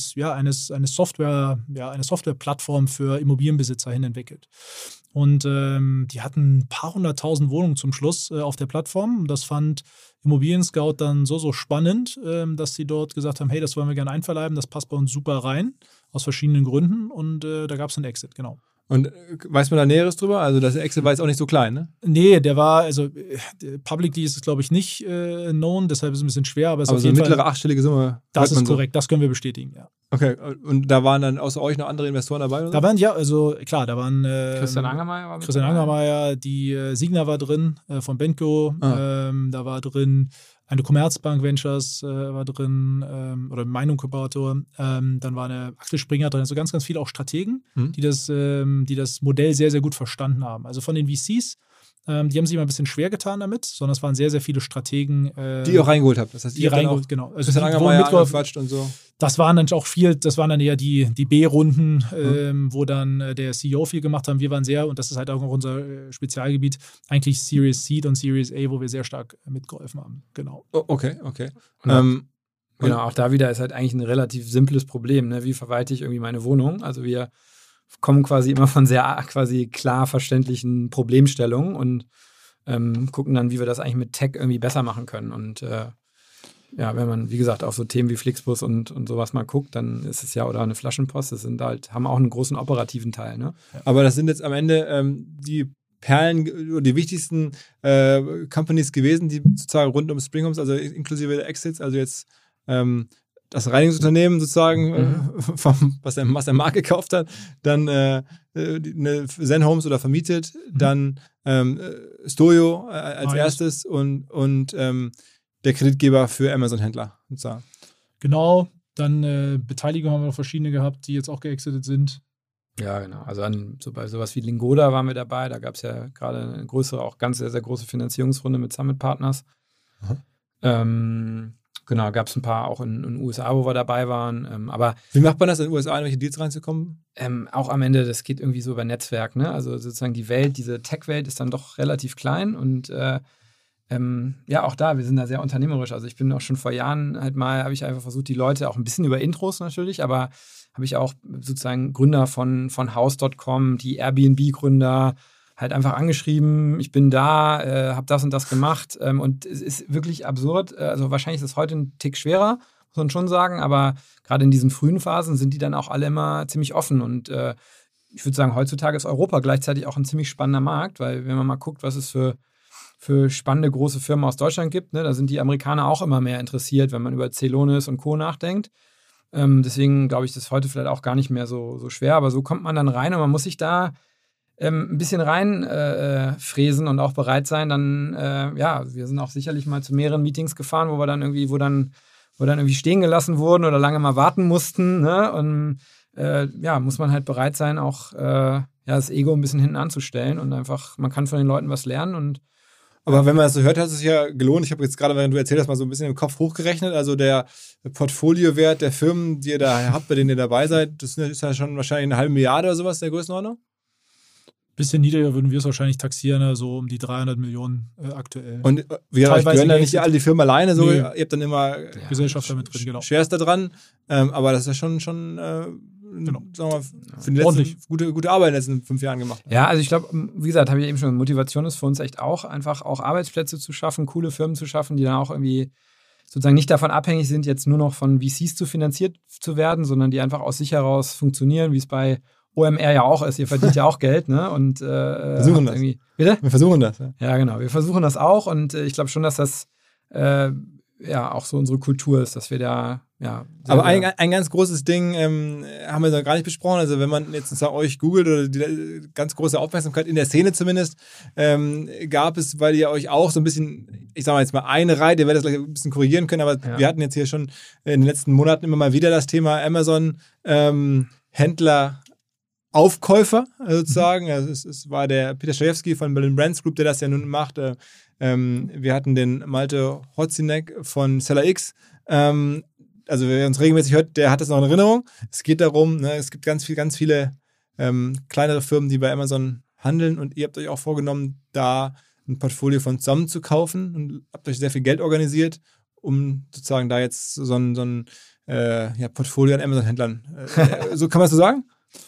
Softwareplattform für Immobilienbesitzer hin entwickelt. Und die hatten ein paar 100.000 Wohnungen zum Schluss auf der Plattform. Das fand Immobilien Scout dann so spannend, dass sie dort gesagt haben, hey, das wollen wir gerne einverleiben, das passt bei uns super rein, aus verschiedenen Gründen. Und da gab es einen Exit, genau. Und weiß man da Näheres drüber? Also das Exit war jetzt auch nicht so klein, ne? Nee, der war, also publicly ist es, glaube ich, nicht known, deshalb ist es ein bisschen schwer. Aber es ist aber auf so eine jeden mittlere Fall, achtstellige Summe. das ist korrekt, das können wir bestätigen, ja. Okay, und da waren dann außer euch noch andere Investoren dabei? Oder? Da waren, ja, also klar, da waren Christian Angermeier war mit Christian dabei. Angermeier, die Signa war drin, von Benko, da war drin eine Commerzbank Ventures war drin, oder Meinung-Inkubator, dann war eine Axel Springer drin, also ganz viele auch Strategen, die das Modell sehr, sehr gut verstanden haben. Also von den VCs, die haben sich immer ein bisschen schwer getan damit, sondern es waren sehr, sehr viele Strategen. Die ihr auch reingeholt habt. Das heißt, die reingeholt, genau. Also Christian Angermeier angequatscht und so. Das waren dann eher die B-Runden, wo dann der CEO viel gemacht haben. Wir waren sehr, und das ist halt auch unser Spezialgebiet, eigentlich Series Seed und Series A, wo wir sehr stark mitgeholfen haben. Genau. Oh, okay. Genau, auch da wieder ist halt eigentlich ein relativ simples Problem. Ne? Wie verwalte ich irgendwie meine Wohnung? Also wir kommen quasi immer von sehr quasi klar verständlichen Problemstellungen und gucken dann, wie wir das eigentlich mit Tech irgendwie besser machen können. Und ja, wenn man, wie gesagt, auf so Themen wie Flixbus und sowas mal guckt, dann ist es ja, oder eine Flaschenpost, das sind halt, haben auch einen großen operativen Teil. Ne? Aber das sind jetzt am Ende die Perlen, die wichtigsten Companies gewesen, die sozusagen rund um Spring Homes, also inklusive der Exits, also jetzt das Reinigungsunternehmen sozusagen, was der Markt gekauft hat, dann eine Zen Homes oder vermietet, dann Stojo als erstes und der Kreditgeber für Amazon-Händler sozusagen. Genau, dann Beteiligung haben wir noch verschiedene gehabt, die jetzt auch geexitet sind. Ja, genau. Also bei sowas wie Lingoda waren wir dabei. Da gab es ja gerade eine größere, auch ganz sehr, sehr große Finanzierungsrunde mit Summit Partners. Genau, gab es ein paar auch in den USA, wo wir dabei waren. Aber wie macht man das in den USA, in welche Deals reinzukommen? Auch am Ende, das geht irgendwie so über Netzwerk. Ne? Also sozusagen die Welt, diese Tech-Welt ist dann doch relativ klein und ja, auch da, wir sind da sehr unternehmerisch. Also ich bin auch schon vor Jahren habe ich einfach versucht, die Leute auch ein bisschen über Intros natürlich, aber habe ich auch sozusagen Gründer von House.com, die Airbnb-Gründer halt einfach angeschrieben, ich bin da, habe das und das gemacht und es ist wirklich absurd. Also wahrscheinlich ist es heute ein Tick schwerer, muss man schon sagen, aber gerade in diesen frühen Phasen sind die dann auch alle immer ziemlich offen und ich würde sagen, heutzutage ist Europa gleichzeitig auch ein ziemlich spannender Markt, weil wenn man mal guckt, was es für spannende große Firmen aus Deutschland gibt, ne, da sind die Amerikaner auch immer mehr interessiert, wenn man über Celonis und Co. nachdenkt. Deswegen glaube ich, das ist heute vielleicht auch gar nicht mehr so schwer, aber so kommt man dann rein und man muss sich da ein bisschen rein fräsen und auch bereit sein, dann, ja, wir sind auch sicherlich mal zu mehreren Meetings gefahren, wo dann irgendwie stehen gelassen wurden oder lange mal warten mussten, ne? Und ja, muss man halt bereit sein, auch das Ego ein bisschen hinten anzustellen und einfach, man kann von den Leuten was lernen und aber wenn man das so hört, hat es sich ja gelohnt. Ich habe jetzt gerade, während du erzählt hast, mal so ein bisschen im Kopf hochgerechnet. Also der Portfoliowert der Firmen, die ihr da habt, bei denen ihr dabei seid, das ist ja schon wahrscheinlich 1,5 Milliarde oder sowas der Größenordnung? Bisschen niedriger würden wir es wahrscheinlich taxieren, so um die 300 Millionen aktuell. Und wir gehören da nicht alle die Firmen alleine, so, ihr habt dann immer Gesellschafter mit drin, genau. Shares da dran, aber das ist ja schon genau. Sagen wir mal, für die letzten, gute Arbeit in den letzten 5 Jahren gemacht. Ja, also ich glaube, wie gesagt, habe ich eben schon, Motivation ist für uns echt auch, einfach auch Arbeitsplätze zu schaffen, coole Firmen zu schaffen, die dann auch irgendwie sozusagen nicht davon abhängig sind, jetzt nur noch von VCs finanziert zu werden, sondern die einfach aus sich heraus funktionieren, wie es bei OMR ja auch ist. Ihr verdient ja auch Geld, ne? Und versuchen das. Bitte? Wir versuchen das. Ja, genau. Wir versuchen das auch und ich glaube schon, dass das ja auch so unsere Kultur ist, dass wir da ja. Aber ein ganz großes Ding haben wir noch gar nicht besprochen. Also wenn man jetzt euch googelt oder die ganz große Aufmerksamkeit in der Szene zumindest, gab es, weil ihr euch auch so ein bisschen, ich sag mal jetzt mal eine Reihe, ihr werdet das gleich ein bisschen korrigieren können, aber wir hatten jetzt hier schon in den letzten Monaten immer mal wieder das Thema Amazon Händler Aufkäufer sozusagen. Also es war der Peter Strajewski von Berlin Brands Group, der das ja nun macht. Wir hatten den Malte Hotzinek von SellerX. Also wer uns regelmäßig hört, der hat das noch in Erinnerung. Es geht darum, ne, es gibt ganz viele kleinere Firmen, die bei Amazon handeln und ihr habt euch auch vorgenommen, da ein Portfolio von zusammenzukaufen und habt euch sehr viel Geld organisiert, um sozusagen da jetzt so ein Portfolio an Amazon-Händlern. So kann man es so sagen?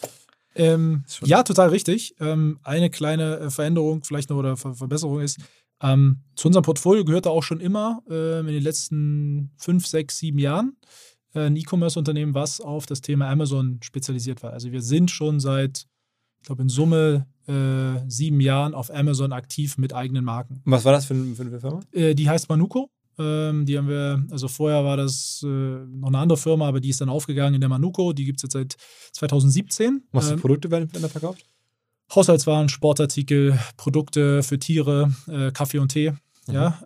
Ja, total richtig. Eine kleine Veränderung vielleicht noch oder Verbesserung ist, zu unserem Portfolio gehörte auch schon immer in den letzten 5, 6, 7 Jahren ein E-Commerce-Unternehmen, was auf das Thema Amazon spezialisiert war. Also wir sind schon seit, ich glaube in Summe 7 Jahren auf Amazon aktiv mit eigenen Marken. Und was war das für eine Firma? Die heißt Manuko. Die haben wir, also vorher war das noch eine andere Firma, aber die ist dann aufgegangen in der Manuko. Die gibt es jetzt seit 2017. Was für Produkte werden da verkauft? Haushaltswaren, Sportartikel, Produkte für Tiere, Kaffee und Tee. Mhm. Ja,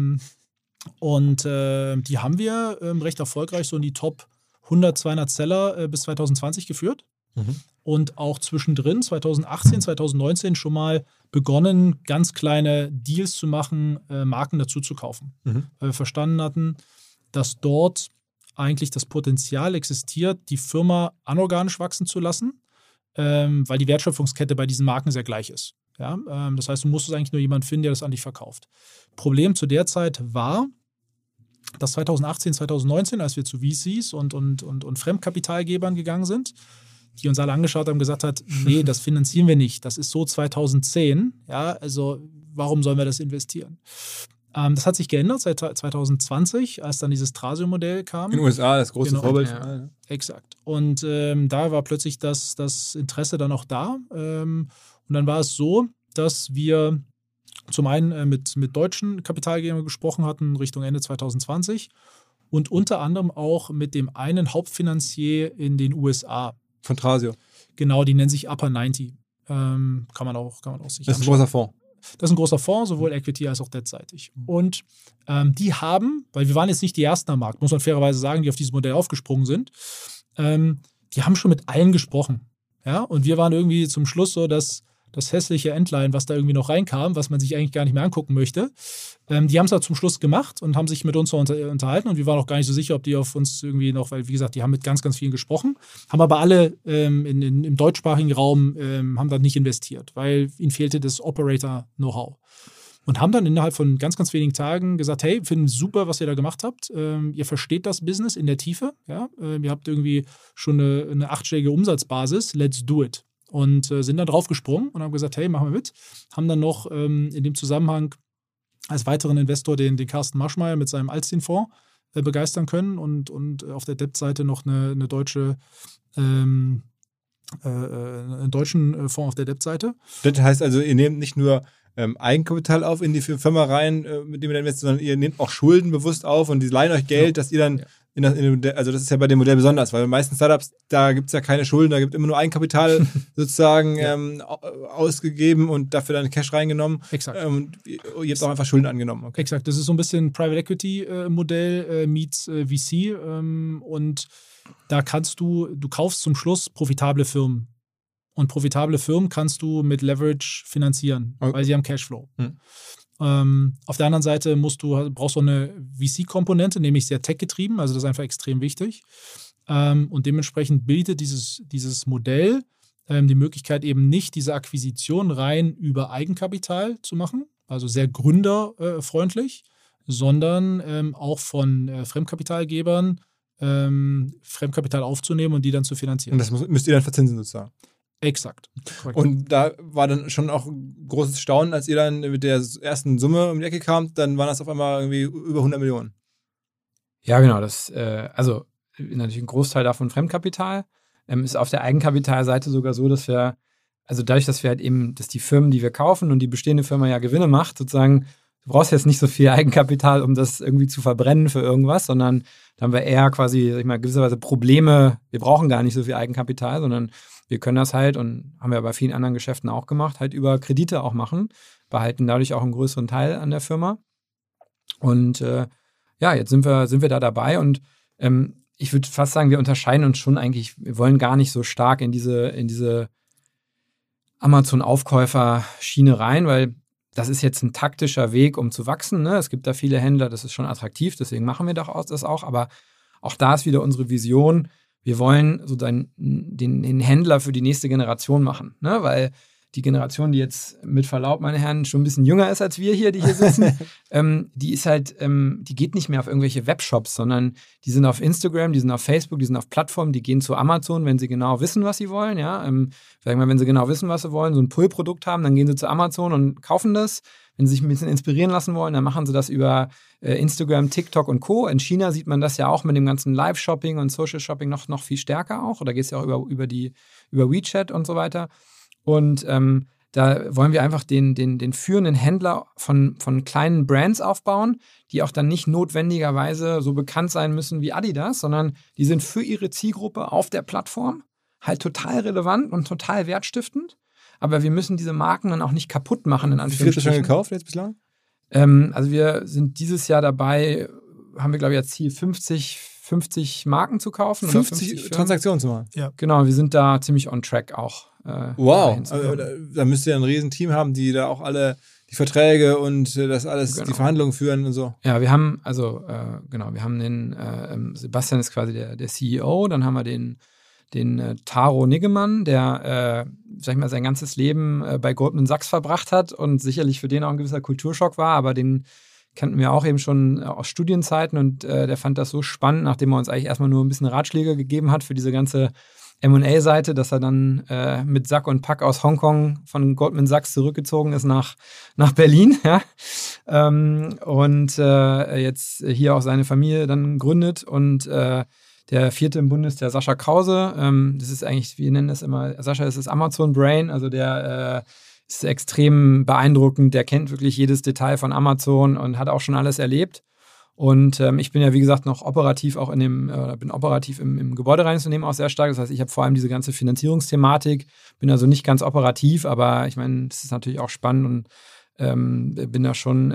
und die haben wir recht erfolgreich so in die Top 100, 200 Seller bis 2020 geführt. Mhm. Und auch zwischendrin, 2018, 2019 schon mal begonnen, ganz kleine Deals zu machen, Marken dazu zu kaufen. Mhm. Weil wir verstanden hatten, dass dort eigentlich das Potenzial existiert, die Firma anorganisch wachsen zu lassen, weil die Wertschöpfungskette bei diesen Marken sehr gleich ist. Ja? Das heißt, du musstest eigentlich nur jemanden finden, der das an dich verkauft. Problem zu der Zeit war, dass 2018, 2019, als wir zu VCs und Fremdkapitalgebern gegangen sind, die uns alle angeschaut haben und gesagt hat, nee, das finanzieren wir nicht. Das ist so 2010. Ja, also warum sollen wir das investieren? Das hat sich geändert seit 2020, als dann dieses Trasio-Modell kam. In den USA, das große Vorbild. Ja, exakt. Und da war plötzlich das Interesse dann auch da. Und dann war es so, dass wir zum einen mit deutschen Kapitalgebern gesprochen hatten Richtung Ende 2020 und unter anderem auch mit dem einen Hauptfinanzier in den USA. Von Trasio. Genau, die nennen sich Upper 90. Kann man auch sich Das ist ein großer Fonds. Das ist ein großer Fonds, sowohl Equity als auch debtseitig. Und die haben, weil wir waren jetzt nicht die Ersten am Markt, muss man fairerweise sagen, die auf dieses Modell aufgesprungen sind, die haben schon mit allen gesprochen. Ja? Und wir waren irgendwie zum Schluss so, dass das hässliche Entlein, was da irgendwie noch reinkam, was man sich eigentlich gar nicht mehr angucken möchte, die haben es da zum Schluss gemacht und haben sich mit uns unterhalten und wir waren auch gar nicht so sicher, ob die auf uns irgendwie noch, weil wie gesagt, die haben mit ganz, ganz vielen gesprochen, haben aber alle im deutschsprachigen Raum haben da nicht investiert, weil ihnen fehlte das Operator-Know-how. Und haben dann innerhalb von ganz, ganz wenigen Tagen gesagt, hey, finden super, was ihr da gemacht habt. Ihr versteht das Business in der Tiefe. Ja? Ihr habt irgendwie schon eine 8-stellige Umsatzbasis. Let's do it. Und sind dann drauf gesprungen und haben gesagt, hey, machen wir mit. Haben dann noch in dem Zusammenhang als weiteren Investor den Carsten Maschmeyer mit seinem Alstin-Fonds begeistern können und auf der Debt-Seite noch einen deutschen Fonds auf der Debt-Seite. Das heißt also, ihr nehmt nicht nur Eigenkapital auf in die Firma rein, mit dem ihr dann investiert, sondern ihr nehmt auch Schulden bewusst auf und die leihen euch Geld, dass ihr dann also das ist ja bei dem Modell besonders, weil bei den meisten Startups, da gibt es ja keine Schulden, da gibt es immer nur Eigenkapital sozusagen ausgegeben und dafür dann Cash reingenommen. Exakt. Und ihr habt auch einfach Schulden angenommen. Okay. Exakt, das ist so ein bisschen Private Equity Modell meets VC und da du kaufst zum Schluss profitable Firmen. Und profitable Firmen kannst du mit Leverage finanzieren, weil sie haben Cashflow. Auf der anderen Seite brauchst du eine VC-Komponente, nämlich sehr tech-getrieben, also das ist einfach extrem wichtig. Und dementsprechend bietet dieses Modell die Möglichkeit eben nicht, diese Akquisition rein über Eigenkapital zu machen, also sehr gründerfreundlich, sondern auch von Fremdkapitalgebern Fremdkapital aufzunehmen und die dann zu finanzieren. Und das müsst ihr dann verzinsen sozusagen? Exakt. Korrekt. Und da war dann schon auch großes Staunen, als ihr dann mit der ersten Summe um die Ecke kamt, dann waren das auf einmal irgendwie über 100 Millionen. Ja, genau. Das, also natürlich ein Großteil davon Fremdkapital. Ist auf der Eigenkapitalseite sogar so, dass wir, also dadurch, dass wir halt eben, dass die Firmen, die wir kaufen und die bestehende Firma ja Gewinne macht, sozusagen du brauchst jetzt nicht so viel Eigenkapital, um das irgendwie zu verbrennen für irgendwas, sondern da haben wir eher quasi, sag ich mal, gewisserweise Probleme. Wir brauchen gar nicht so viel Eigenkapital, sondern wir können das halt, und haben wir bei vielen anderen Geschäften auch gemacht, halt über Kredite auch machen, behalten dadurch auch einen größeren Teil an der Firma. Und jetzt sind wir da dabei, und ich würde fast sagen, wir unterscheiden uns schon eigentlich, wir wollen gar nicht so stark in diese Amazon-Aufkäufer-Schiene rein, weil das ist jetzt ein taktischer Weg, um zu wachsen. Ne? Es gibt da viele Händler, das ist schon attraktiv, deswegen machen wir das auch. Aber auch da ist wieder unsere Vision, wir wollen so den Händler für die nächste Generation machen. Ne? Weil die Generation, die jetzt mit Verlaub, meine Herren, schon ein bisschen jünger ist als wir hier, die hier sitzen, die ist halt, die geht nicht mehr auf irgendwelche Webshops, sondern die sind auf Instagram, die sind auf Facebook, die sind auf Plattformen, die gehen zu Amazon, wenn sie genau wissen, was sie wollen. Ja? Sag mal, wenn sie genau wissen, was sie wollen, so ein Pull-Produkt haben, dann gehen sie zu Amazon und kaufen das. Wenn sie sich ein bisschen inspirieren lassen wollen, dann machen sie das über Instagram, TikTok und Co. In China sieht man das ja auch mit dem ganzen Live-Shopping und Social-Shopping noch viel stärker auch. Oder geht es ja auch über WeChat und so weiter. Und da wollen wir einfach den führenden Händler von kleinen Brands aufbauen, die auch dann nicht notwendigerweise so bekannt sein müssen wie Adidas, sondern die sind für ihre Zielgruppe auf der Plattform halt total relevant und total wertstiftend. Aber wir müssen diese Marken dann auch nicht kaputt machen, in Anführungsstrichen. Wie viel hast du schon gekauft jetzt bislang? Also wir sind dieses Jahr dabei, haben wir, glaube ich, als Ziel 50 Marken zu kaufen. 50 Transaktionen zu machen? Ja. Genau, wir sind da ziemlich on track auch. Wow, also, da müsst ihr ein Riesen-Team haben, die da auch alle die Verträge und das alles, die Verhandlungen führen und so. Ja, wir haben wir haben den, Sebastian ist quasi der CEO, dann haben wir den Taro Niggemann, der, sag ich mal, sein ganzes Leben bei Goldman Sachs verbracht hat und sicherlich für den auch ein gewisser Kulturschock war, aber den kannten wir auch eben schon aus Studienzeiten, und der fand das so spannend, nachdem er uns eigentlich erstmal nur ein bisschen Ratschläge gegeben hat für diese ganze M&A-Seite, dass er dann mit Sack und Pack aus Hongkong von Goldman Sachs zurückgezogen ist nach Berlin, ja? Und jetzt hier auch seine Familie dann gründet, und der vierte im Bunde ist der Sascha Krause. Das ist eigentlich, wir nennen das immer, Sascha ist das Amazon-Brain, also der ist extrem beeindruckend, der kennt wirklich jedes Detail von Amazon und hat auch schon alles erlebt. Und ich bin ja, wie gesagt, noch operativ auch bin operativ im Gebäudereinigungsunternehmen auch sehr stark. Das heißt, ich habe vor allem diese ganze Finanzierungsthematik, bin also nicht ganz operativ, aber ich meine, das ist natürlich auch spannend, und bin da schon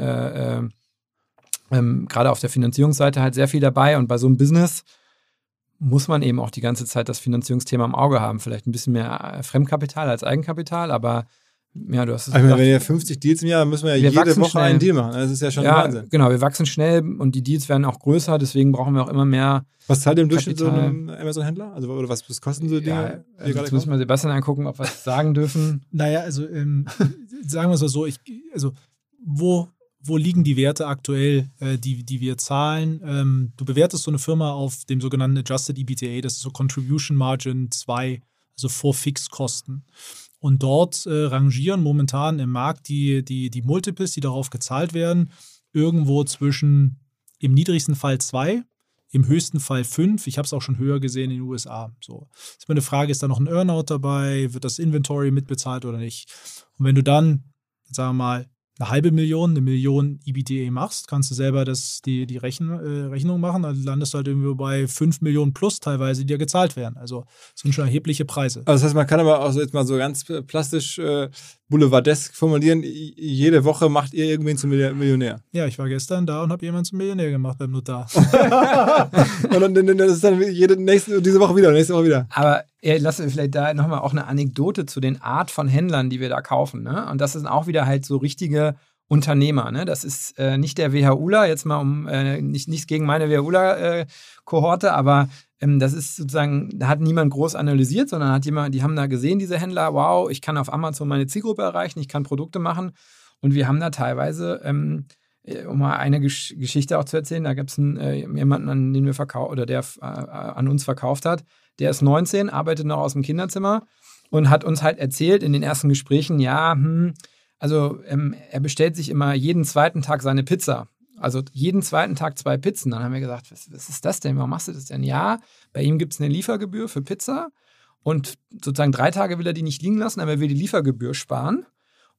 gerade auf der Finanzierungsseite halt sehr viel dabei. Und bei so einem Business muss man eben auch die ganze Zeit das Finanzierungsthema im Auge haben. Vielleicht ein bisschen mehr Fremdkapital als Eigenkapital, aber ja, du hast es gesagt. Wenn wir 50 Deals im Jahr, dann müssen wir ja jede Woche einen Deal machen. Das ist ja schon Wahnsinn. Genau, wir wachsen schnell und die Deals werden auch größer, deswegen brauchen wir auch immer mehr. Was zahlt ihr im Durchschnitt so einem Amazon-Händler? Also, oder was kosten so Dinge? Ja, jetzt müssen wir Sebastian angucken, ob wir es sagen dürfen. Naja, also sagen wir es mal so, wo liegen die Werte aktuell, die wir zahlen? Du bewertest so eine Firma auf dem sogenannten Adjusted EBITDA, das ist so Contribution Margin 2, also vor Fixkosten. Und dort rangieren momentan im Markt die Multiples, die darauf gezahlt werden, irgendwo zwischen im niedrigsten Fall 2, im höchsten Fall 5. Ich habe es auch schon höher gesehen in den USA. So. Das ist immer eine Frage, ist da noch ein Earnout dabei? Wird das Inventory mitbezahlt oder nicht? Und wenn du dann, sagen wir mal, 1 Million EBITDA machst, kannst du selber die Rechnung machen, dann landest du halt irgendwie bei 5 Millionen plus teilweise, die dir gezahlt werden. Also das sind schon erhebliche Preise. Also das heißt, man kann aber auch so jetzt mal so ganz plastisch boulevardesk formulieren, jede Woche macht ihr irgendwen zum Millionär. Ja, ich war gestern da und habe jemanden zum Millionär gemacht beim Notar. Und dann, das ist dann diese Woche wieder, nächste Woche wieder. Aber lass mir vielleicht da nochmal auch eine Anekdote zu den Art von Händlern, die wir da kaufen. Ne? Und das sind auch wieder halt so richtige Unternehmer. Ne? Das ist nicht der WHUler, jetzt mal nichts gegen meine WHUler-Kohorte, aber das ist sozusagen, da hat niemand groß analysiert, sondern die haben da gesehen, diese Händler, wow, ich kann auf Amazon meine Zielgruppe erreichen, ich kann Produkte machen, und wir haben da teilweise, um mal eine Geschichte auch zu erzählen, da gab es jemanden, an den wir der an uns verkauft hat, der ist 19, arbeitet noch aus dem Kinderzimmer und hat uns halt erzählt in den ersten Gesprächen, er bestellt sich immer jeden zweiten Tag seine Pizza. Also jeden zweiten Tag 2 Pizzen. Dann haben wir gesagt, was ist das denn? Warum machst du das denn? Ja, bei ihm gibt es eine Liefergebühr für Pizza und sozusagen 3 Tage will er die nicht liegen lassen, aber er will die Liefergebühr sparen.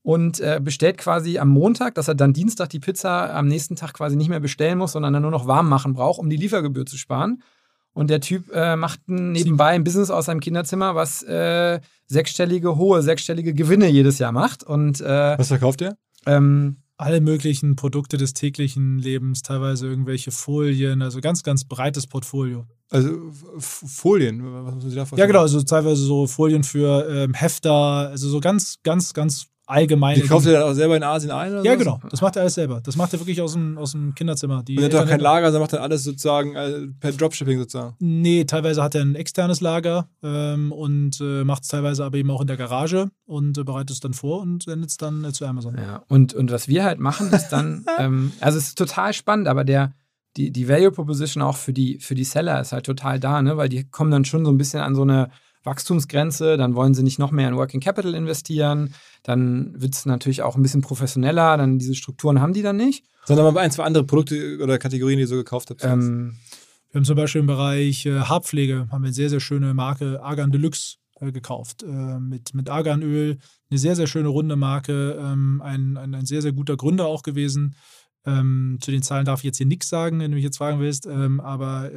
und bestellt quasi am Montag, dass er dann Dienstag die Pizza am nächsten Tag quasi nicht mehr bestellen muss, sondern dann nur noch warm machen braucht, um die Liefergebühr zu sparen. Und der Typ macht nebenbei ein Business aus seinem Kinderzimmer, was hohe sechsstellige Gewinne jedes Jahr macht. Und was verkauft der? Alle möglichen Produkte des täglichen Lebens, teilweise irgendwelche Folien, also ganz, ganz breites Portfolio. Also Folien, was muss ich da vorstellen? Ja, genau, also teilweise so Folien für Hefter, also so ganz, ganz, ganz allgemein. Die kauft ihr dann auch selber in Asien ein? Oder ja, sowas? genau, das macht er alles selber. Das macht er wirklich aus dem Kinderzimmer. Und er hat auch kein Lager, sondern macht dann alles sozusagen per Dropshipping sozusagen? Nee, teilweise hat er ein externes Lager und macht es teilweise aber eben auch in der Garage und bereitet es dann vor und sendet es dann zu Amazon. Ja, und was wir halt machen, ist dann, also es ist total spannend, aber die Value Proposition auch für die Seller ist halt total da, ne? Weil die kommen dann schon so ein bisschen an so eine Wachstumsgrenze, dann wollen sie nicht noch mehr in Working Capital investieren, dann wird es natürlich auch ein bisschen professioneller, dann diese Strukturen haben die dann nicht. Sondern mal ein, zwei andere Produkte oder Kategorien, die ihr so gekauft habt. Wir haben zum Beispiel im Bereich Haarpflege, haben wir eine sehr, sehr schöne Marke Argan Deluxe gekauft, mit Arganöl, eine sehr, sehr schöne runde Marke, ein sehr, sehr guter Gründer auch gewesen. Zu den Zahlen darf ich jetzt hier nichts sagen, wenn du mich jetzt fragen willst, aber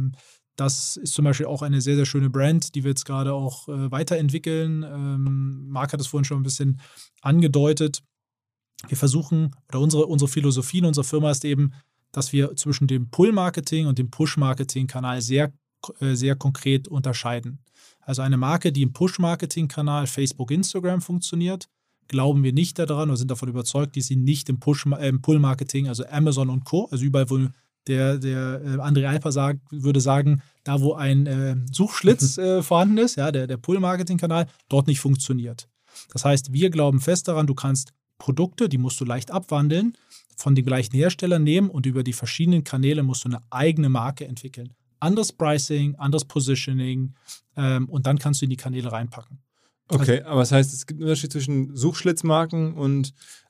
das ist zum Beispiel auch eine sehr, sehr schöne Brand, die wir jetzt gerade auch weiterentwickeln. Marc hat es vorhin schon ein bisschen angedeutet. Wir versuchen, oder unsere Philosophie in unserer Firma ist eben, dass wir zwischen dem Pull-Marketing und dem Push-Marketing-Kanal sehr, sehr konkret unterscheiden. Also eine Marke, die im Push-Marketing-Kanal Facebook, Instagram funktioniert, glauben wir nicht daran oder sind davon überzeugt, dass sie nicht im Pull-Marketing, also Amazon und Co., also überall, wo der André Alper würde sagen, da wo ein Suchschlitz vorhanden ist, ja, der Pull-Marketing-Kanal, dort nicht funktioniert. Das heißt, wir glauben fest daran, du kannst Produkte, die musst du leicht abwandeln, von den gleichen Herstellern nehmen und über die verschiedenen Kanäle musst du eine eigene Marke entwickeln. Anderes Pricing, anderes Positioning und dann kannst du in die Kanäle reinpacken. Okay, aber das heißt, es gibt einen Unterschied zwischen Suchschlitzmarken und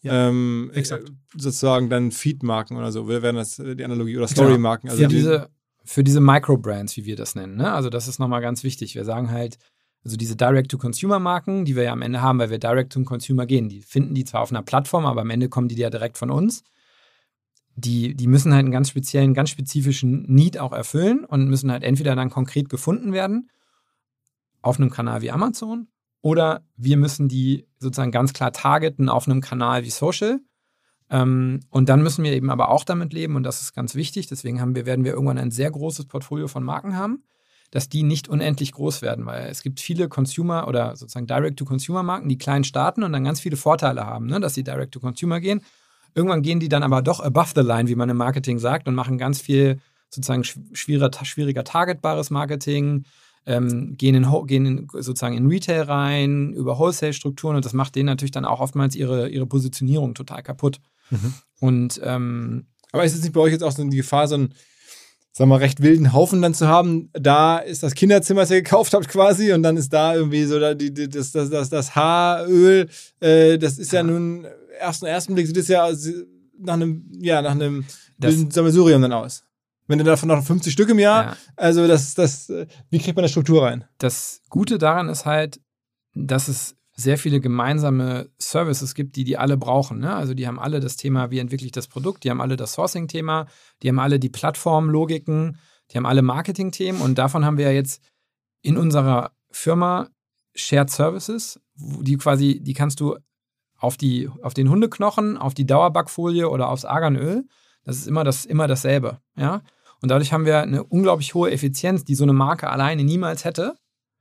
exakt. Sozusagen dann Feedmarken oder so. Wäre das die Analogie? Oder Storymarken? Also für diese Microbrands, wie wir das nennen. Ne? Also das ist nochmal ganz wichtig. Wir sagen halt, also diese Direct-to-Consumer-Marken, die wir ja am Ende haben, weil wir Direct-to-Consumer gehen, die finden die zwar auf einer Plattform, aber am Ende kommen die ja direkt von uns. Die müssen halt einen ganz speziellen, ganz spezifischen Need auch erfüllen und müssen halt entweder dann konkret gefunden werden auf einem Kanal wie Amazon oder wir müssen die sozusagen ganz klar targeten auf einem Kanal wie Social. Und dann müssen wir eben aber auch damit leben und das ist ganz wichtig. Deswegen werden wir irgendwann ein sehr großes Portfolio von Marken haben, dass die nicht unendlich groß werden, weil es gibt viele Consumer- oder sozusagen Direct-to-Consumer-Marken, die klein starten und dann ganz viele Vorteile haben, ne, dass sie Direct-to-Consumer gehen. Irgendwann gehen die dann aber doch above the line, wie man im Marketing sagt, und machen ganz viel sozusagen schwieriger targetbares Marketing, gehen sozusagen in Retail rein, über Wholesale-Strukturen und das macht denen natürlich dann auch oftmals ihre Positionierung total kaputt. Mhm. Und aber ist es nicht bei euch jetzt auch so die Gefahr, so einen, sagen wir mal, recht wilden Haufen dann zu haben? Da ist das Kinderzimmer, das ihr gekauft habt quasi und dann ist da irgendwie so das Haaröl, das ist ja nun ersten Blick sieht es ja nach einem wilden Sammelsurium dann aus. Wenn du davon noch 50 Stück im Jahr, also wie kriegt man das Struktur rein? Das Gute daran ist halt, dass es sehr viele gemeinsame Services gibt, die alle brauchen. Ne? Also die haben alle das Thema, wie entwickle ich das Produkt, die haben alle das Sourcing-Thema, die haben alle die Plattformlogiken, die haben alle Marketing-Themen und davon haben wir ja jetzt in unserer Firma Shared Services, die kannst du auf den Hundeknochen, auf die Dauerbackfolie oder aufs Arganöl, das ist immer dasselbe. Ja? Und dadurch haben wir eine unglaublich hohe Effizienz, die so eine Marke alleine niemals hätte,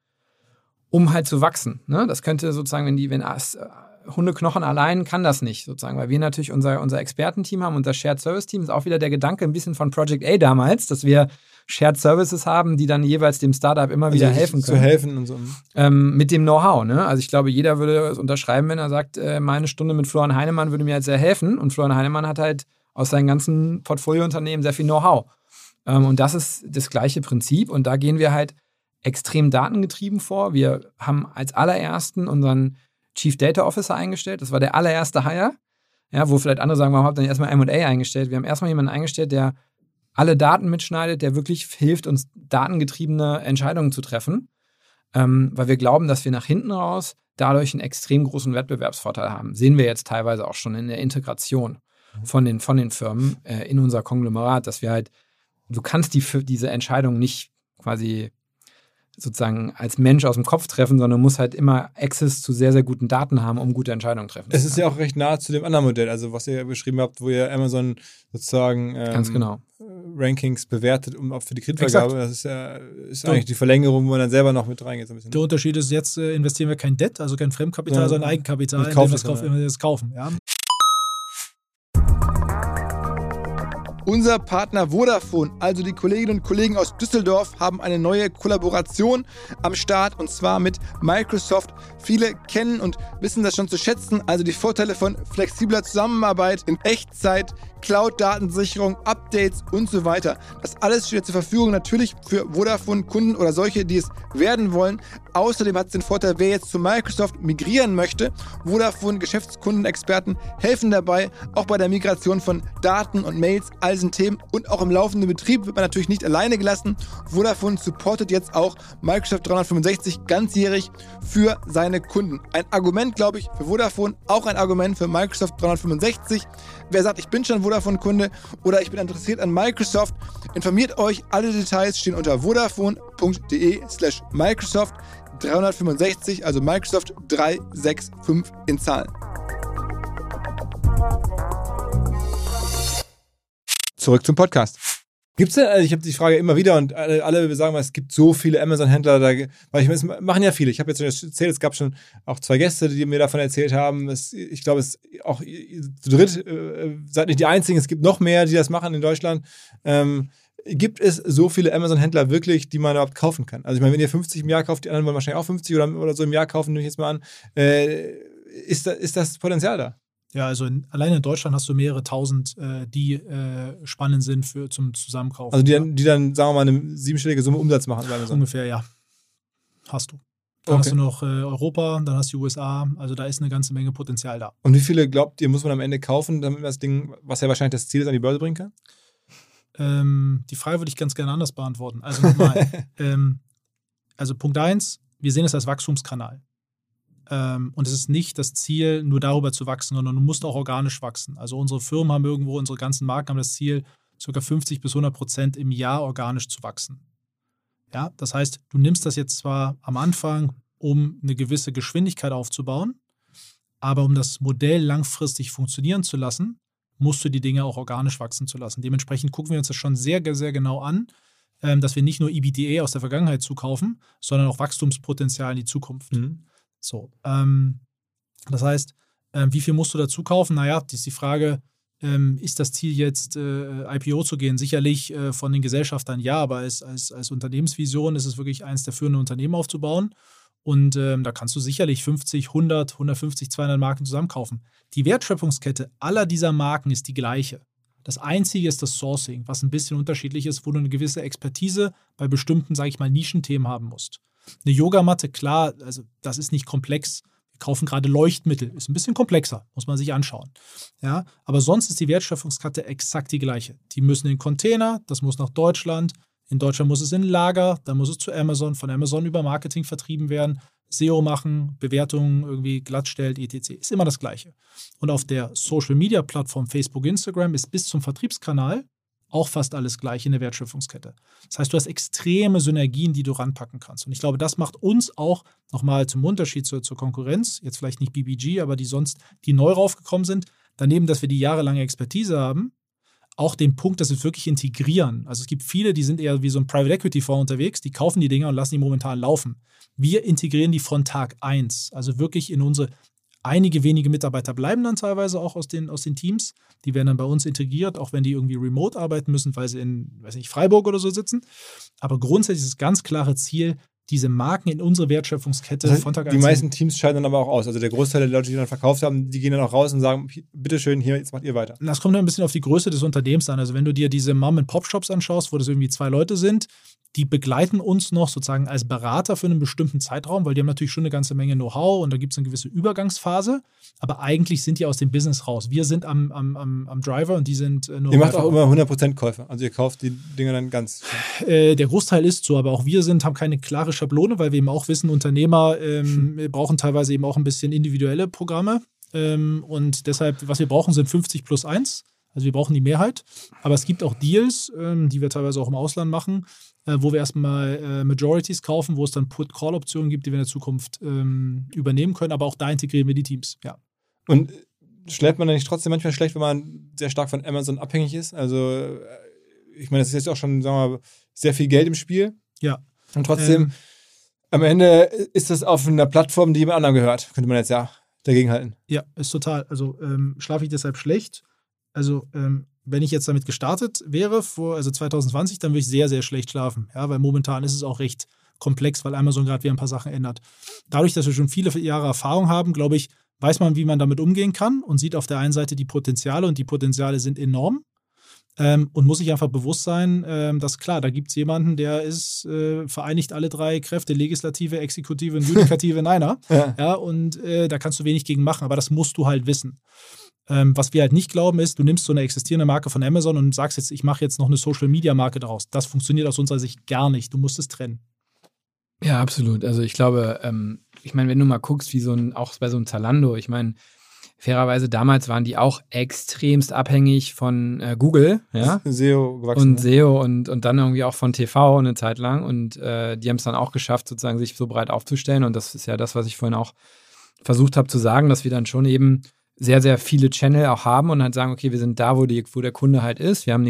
um halt zu wachsen. Ne? Das könnte sozusagen, wenn Hundeknochen allein kann das nicht, sozusagen, weil wir natürlich unser Expertenteam haben, unser Shared Service Team, ist auch wieder der Gedanke ein bisschen von Project A damals, dass wir Shared Services haben, die dann jeweils dem Startup immer wieder helfen können. Zu helfen und so. Mit dem Know-how. Ne? Also ich glaube, jeder würde es unterschreiben, wenn er sagt, meine Stunde mit Florian Heinemann würde mir halt sehr helfen und Florian Heinemann hat halt aus seinen ganzen Portfoliounternehmen sehr viel Know-how. Und das ist das gleiche Prinzip und da gehen wir halt extrem datengetrieben vor. Wir haben als allerersten unseren Chief Data Officer eingestellt. Das war der allererste Hire. Ja, wo vielleicht andere sagen, warum habt ihr nicht erstmal M&A eingestellt? Wir haben erstmal jemanden eingestellt, der alle Daten mitschneidet, der wirklich hilft, uns datengetriebene Entscheidungen zu treffen. weil wir glauben, dass wir nach hinten raus dadurch einen extrem großen Wettbewerbsvorteil haben. Sehen wir jetzt teilweise auch schon in der Integration von den Firmen in unser Konglomerat, dass wir halt, du kannst diese Entscheidung nicht quasi sozusagen als Mensch aus dem Kopf treffen, sondern musst halt immer Access zu sehr, sehr guten Daten haben, um gute Entscheidungen treffen zu können. Es ist ja auch recht nah zu dem anderen Modell, also was ihr beschrieben habt, wo ihr Amazon sozusagen ganz genau. Rankings bewertet, um auch für die Kreditvergabe. Das ist eigentlich die Verlängerung, wo man dann selber noch mit reingeht. So ein bisschen. Der Unterschied ist, jetzt investieren wir kein Debt, also kein Fremdkapital, sondern Eigenkapital, indem wir das kaufen. Ja. Unser Partner Vodafone, also die Kolleginnen und Kollegen aus Düsseldorf, haben eine neue Kollaboration am Start und zwar mit Microsoft. Viele kennen und wissen das schon zu schätzen, also die Vorteile von flexibler Zusammenarbeit in Echtzeit, Cloud-Datensicherung, Updates und so weiter. Das alles steht zur Verfügung natürlich für Vodafone-Kunden oder solche, die es werden wollen. Außerdem hat es den Vorteil, wer jetzt zu Microsoft migrieren möchte. Vodafone-Geschäftskundenexperten helfen dabei, auch bei der Migration von Daten und Mails, all diesen Themen und auch im laufenden Betrieb wird man natürlich nicht alleine gelassen. Vodafone supportet jetzt auch Microsoft 365 ganzjährig für seine Kunden. Ein Argument, glaube ich, für Vodafone, auch ein Argument für Microsoft 365. Wer sagt, ich bin schon Vodafone-Kunde oder ich bin interessiert an Microsoft, informiert euch. Alle Details stehen unter vodafone.de/Microsoft 365, also Microsoft 365 in Zahlen. Zurück zum Podcast. Gibt's denn, also ich habe die Frage immer wieder und alle sagen mal, es gibt so viele Amazon-Händler, weil es machen ja viele. Ich habe jetzt schon erzählt, es gab schon auch 2 Gäste, die mir davon erzählt haben. Ich glaube, es auch zu dritt seid nicht die Einzigen, es gibt noch mehr, die das machen in Deutschland. Gibt es so viele Amazon-Händler wirklich, die man überhaupt kaufen kann? Also ich meine, wenn ihr 50 im Jahr kauft, die anderen wollen wahrscheinlich auch 50 oder so im Jahr kaufen, nehme ich jetzt mal an. Ist das Potenzial da? Ja, also alleine in Deutschland hast du mehrere tausend, die spannend sind zum Zusammenkaufen. Also die dann, sagen wir mal, eine 7-stellige Summe Umsatz machen. Ungefähr, ja. Hast du. Dann hast du noch Europa, dann hast du die USA. Also da ist eine ganze Menge Potenzial da. Und wie viele, glaubt ihr, muss man am Ende kaufen, damit man das Ding, was ja wahrscheinlich das Ziel ist, an die Börse bringen kann? Die Frage würde ich ganz gerne anders beantworten. Also nochmal. Also Punkt 1, wir sehen es als Wachstumskanal. Und es ist nicht das Ziel, nur darüber zu wachsen, sondern du musst auch organisch wachsen. Also unsere Firmen haben irgendwo, unsere ganzen Marken haben das Ziel, ca. 50-100% im Jahr organisch zu wachsen. Ja, das heißt, du nimmst das jetzt zwar am Anfang, um eine gewisse Geschwindigkeit aufzubauen, aber um das Modell langfristig funktionieren zu lassen, musst du die Dinge auch organisch wachsen zu lassen. Dementsprechend gucken wir uns das schon sehr, sehr genau an, dass wir nicht nur EBITDA aus der Vergangenheit zukaufen, sondern auch Wachstumspotenzial in die Zukunft. So, das heißt, wie viel musst du dazu kaufen? Naja, das ist die Frage, ist das Ziel jetzt IPO zu gehen? Sicherlich von den Gesellschaftern ja, aber als Unternehmensvision ist es wirklich eins der führenden Unternehmen aufzubauen. Und da kannst du sicherlich 50, 100, 150, 200 Marken zusammenkaufen. Die Wertschöpfungskette aller dieser Marken ist die gleiche. Das Einzige ist das Sourcing, was ein bisschen unterschiedlich ist, wo du eine gewisse Expertise bei bestimmten, sage ich mal, Nischenthemen haben musst. Eine Yogamatte, klar, also das ist nicht komplex. Wir kaufen gerade Leuchtmittel, ist ein bisschen komplexer, muss man sich anschauen. Ja, aber sonst ist die Wertschöpfungskette exakt die gleiche. Die müssen in Container, das muss nach Deutschland. In Deutschland muss es in Lager, dann muss es zu Amazon, von Amazon über Marketing vertrieben werden, SEO machen, Bewertungen irgendwie glattstellt, etc. Ist immer das Gleiche. Und auf der Social-Media-Plattform Facebook, Instagram ist bis zum Vertriebskanal auch fast alles gleich in der Wertschöpfungskette. Das heißt, du hast extreme Synergien, die du ranpacken kannst. Und ich glaube, das macht uns auch nochmal zum Unterschied zur Konkurrenz, jetzt vielleicht nicht BBG, aber die neu raufgekommen sind, daneben, dass wir die jahrelange Expertise haben, auch den Punkt, dass wir wirklich integrieren. Also es gibt viele, die sind eher wie so ein Private Equity Fonds unterwegs, die kaufen die Dinger und lassen die momentan laufen. Wir integrieren die von Tag 1, also wirklich in unsere, einige wenige Mitarbeiter bleiben dann teilweise auch aus den Teams, die werden dann bei uns integriert, auch wenn die irgendwie remote arbeiten müssen, weil sie in, weiß nicht, Freiburg oder so sitzen. Aber grundsätzlich ist das ganz klare Ziel, diese Marken in unsere Wertschöpfungskette das heißt, von Tag 1. Die meisten Teams scheiden dann aber auch aus. Also der Großteil der Leute, die dann verkauft haben, die gehen dann auch raus und sagen, bitteschön, hier, jetzt macht ihr weiter. Das kommt dann ein bisschen auf die Größe des Unternehmens an. Also wenn du dir diese Mom-and-Pop-Shops anschaust, wo das irgendwie 2 Leute sind, die begleiten uns noch sozusagen als Berater für einen bestimmten Zeitraum, weil die haben natürlich schon eine ganze Menge Know-how und da gibt es eine gewisse Übergangsphase, aber eigentlich sind die aus dem Business raus. Wir sind am Driver und die sind nur... Ihr macht auch immer 100% Käufe, also ihr kauft die Dinger dann ganz. Der Großteil ist so, aber auch wir haben keine klare Schablone, weil wir eben auch wissen, Unternehmer brauchen teilweise eben auch ein bisschen individuelle Programme und deshalb, was wir brauchen, sind 50+1. Also wir brauchen die Mehrheit, aber es gibt auch Deals, die wir teilweise auch im Ausland machen, wo wir erstmal Majorities kaufen, wo es dann Put-Call-Optionen gibt, die wir in der Zukunft übernehmen können, aber auch da integrieren wir die Teams, ja. Und schläft man dann nicht trotzdem manchmal schlecht, wenn man sehr stark von Amazon abhängig ist? Also ich meine, das ist jetzt auch schon, sagen wir mal, sehr viel Geld im Spiel. Ja. Und trotzdem, am Ende ist das auf einer Plattform, die jemand anderem gehört, könnte man jetzt ja dagegenhalten. Ja, ist total. Also schlafe ich deshalb schlecht? Also, wenn ich jetzt damit gestartet wäre, also 2020, dann würde ich sehr, sehr schlecht schlafen. Ja, weil momentan ist es auch recht komplex, weil Amazon gerade wieder ein paar Sachen ändert. Dadurch, dass wir schon viele Jahre Erfahrung haben, glaube ich, weiß man, wie man damit umgehen kann und sieht auf der einen Seite die Potenziale und die Potenziale sind enorm. Und muss sich einfach bewusst sein, dass klar, da gibt es jemanden, der ist, vereinigt alle drei Kräfte, Legislative, Exekutive und Judikative in einer. Ja, und da kannst du wenig gegen machen, aber das musst du halt wissen. Was wir halt nicht glauben ist, du nimmst so eine existierende Marke von Amazon und sagst jetzt, ich mache jetzt noch eine Social-Media-Marke daraus. Das funktioniert aus unserer Sicht gar nicht. Du musst es trennen. Ja, absolut. Also ich glaube, ich meine, wenn du mal guckst, wie auch bei so einem Zalando, ich meine, fairerweise damals waren die auch extremst abhängig von Google, ja. SEO gewachsen. Und SEO und dann irgendwie auch von TV eine Zeit lang und die haben es dann auch geschafft, sozusagen sich so breit aufzustellen und das ist ja das, was ich vorhin auch versucht habe zu sagen, dass wir dann schon eben sehr, sehr viele Channel auch haben und halt sagen, okay, wir sind da, wo der Kunde halt ist. Wir haben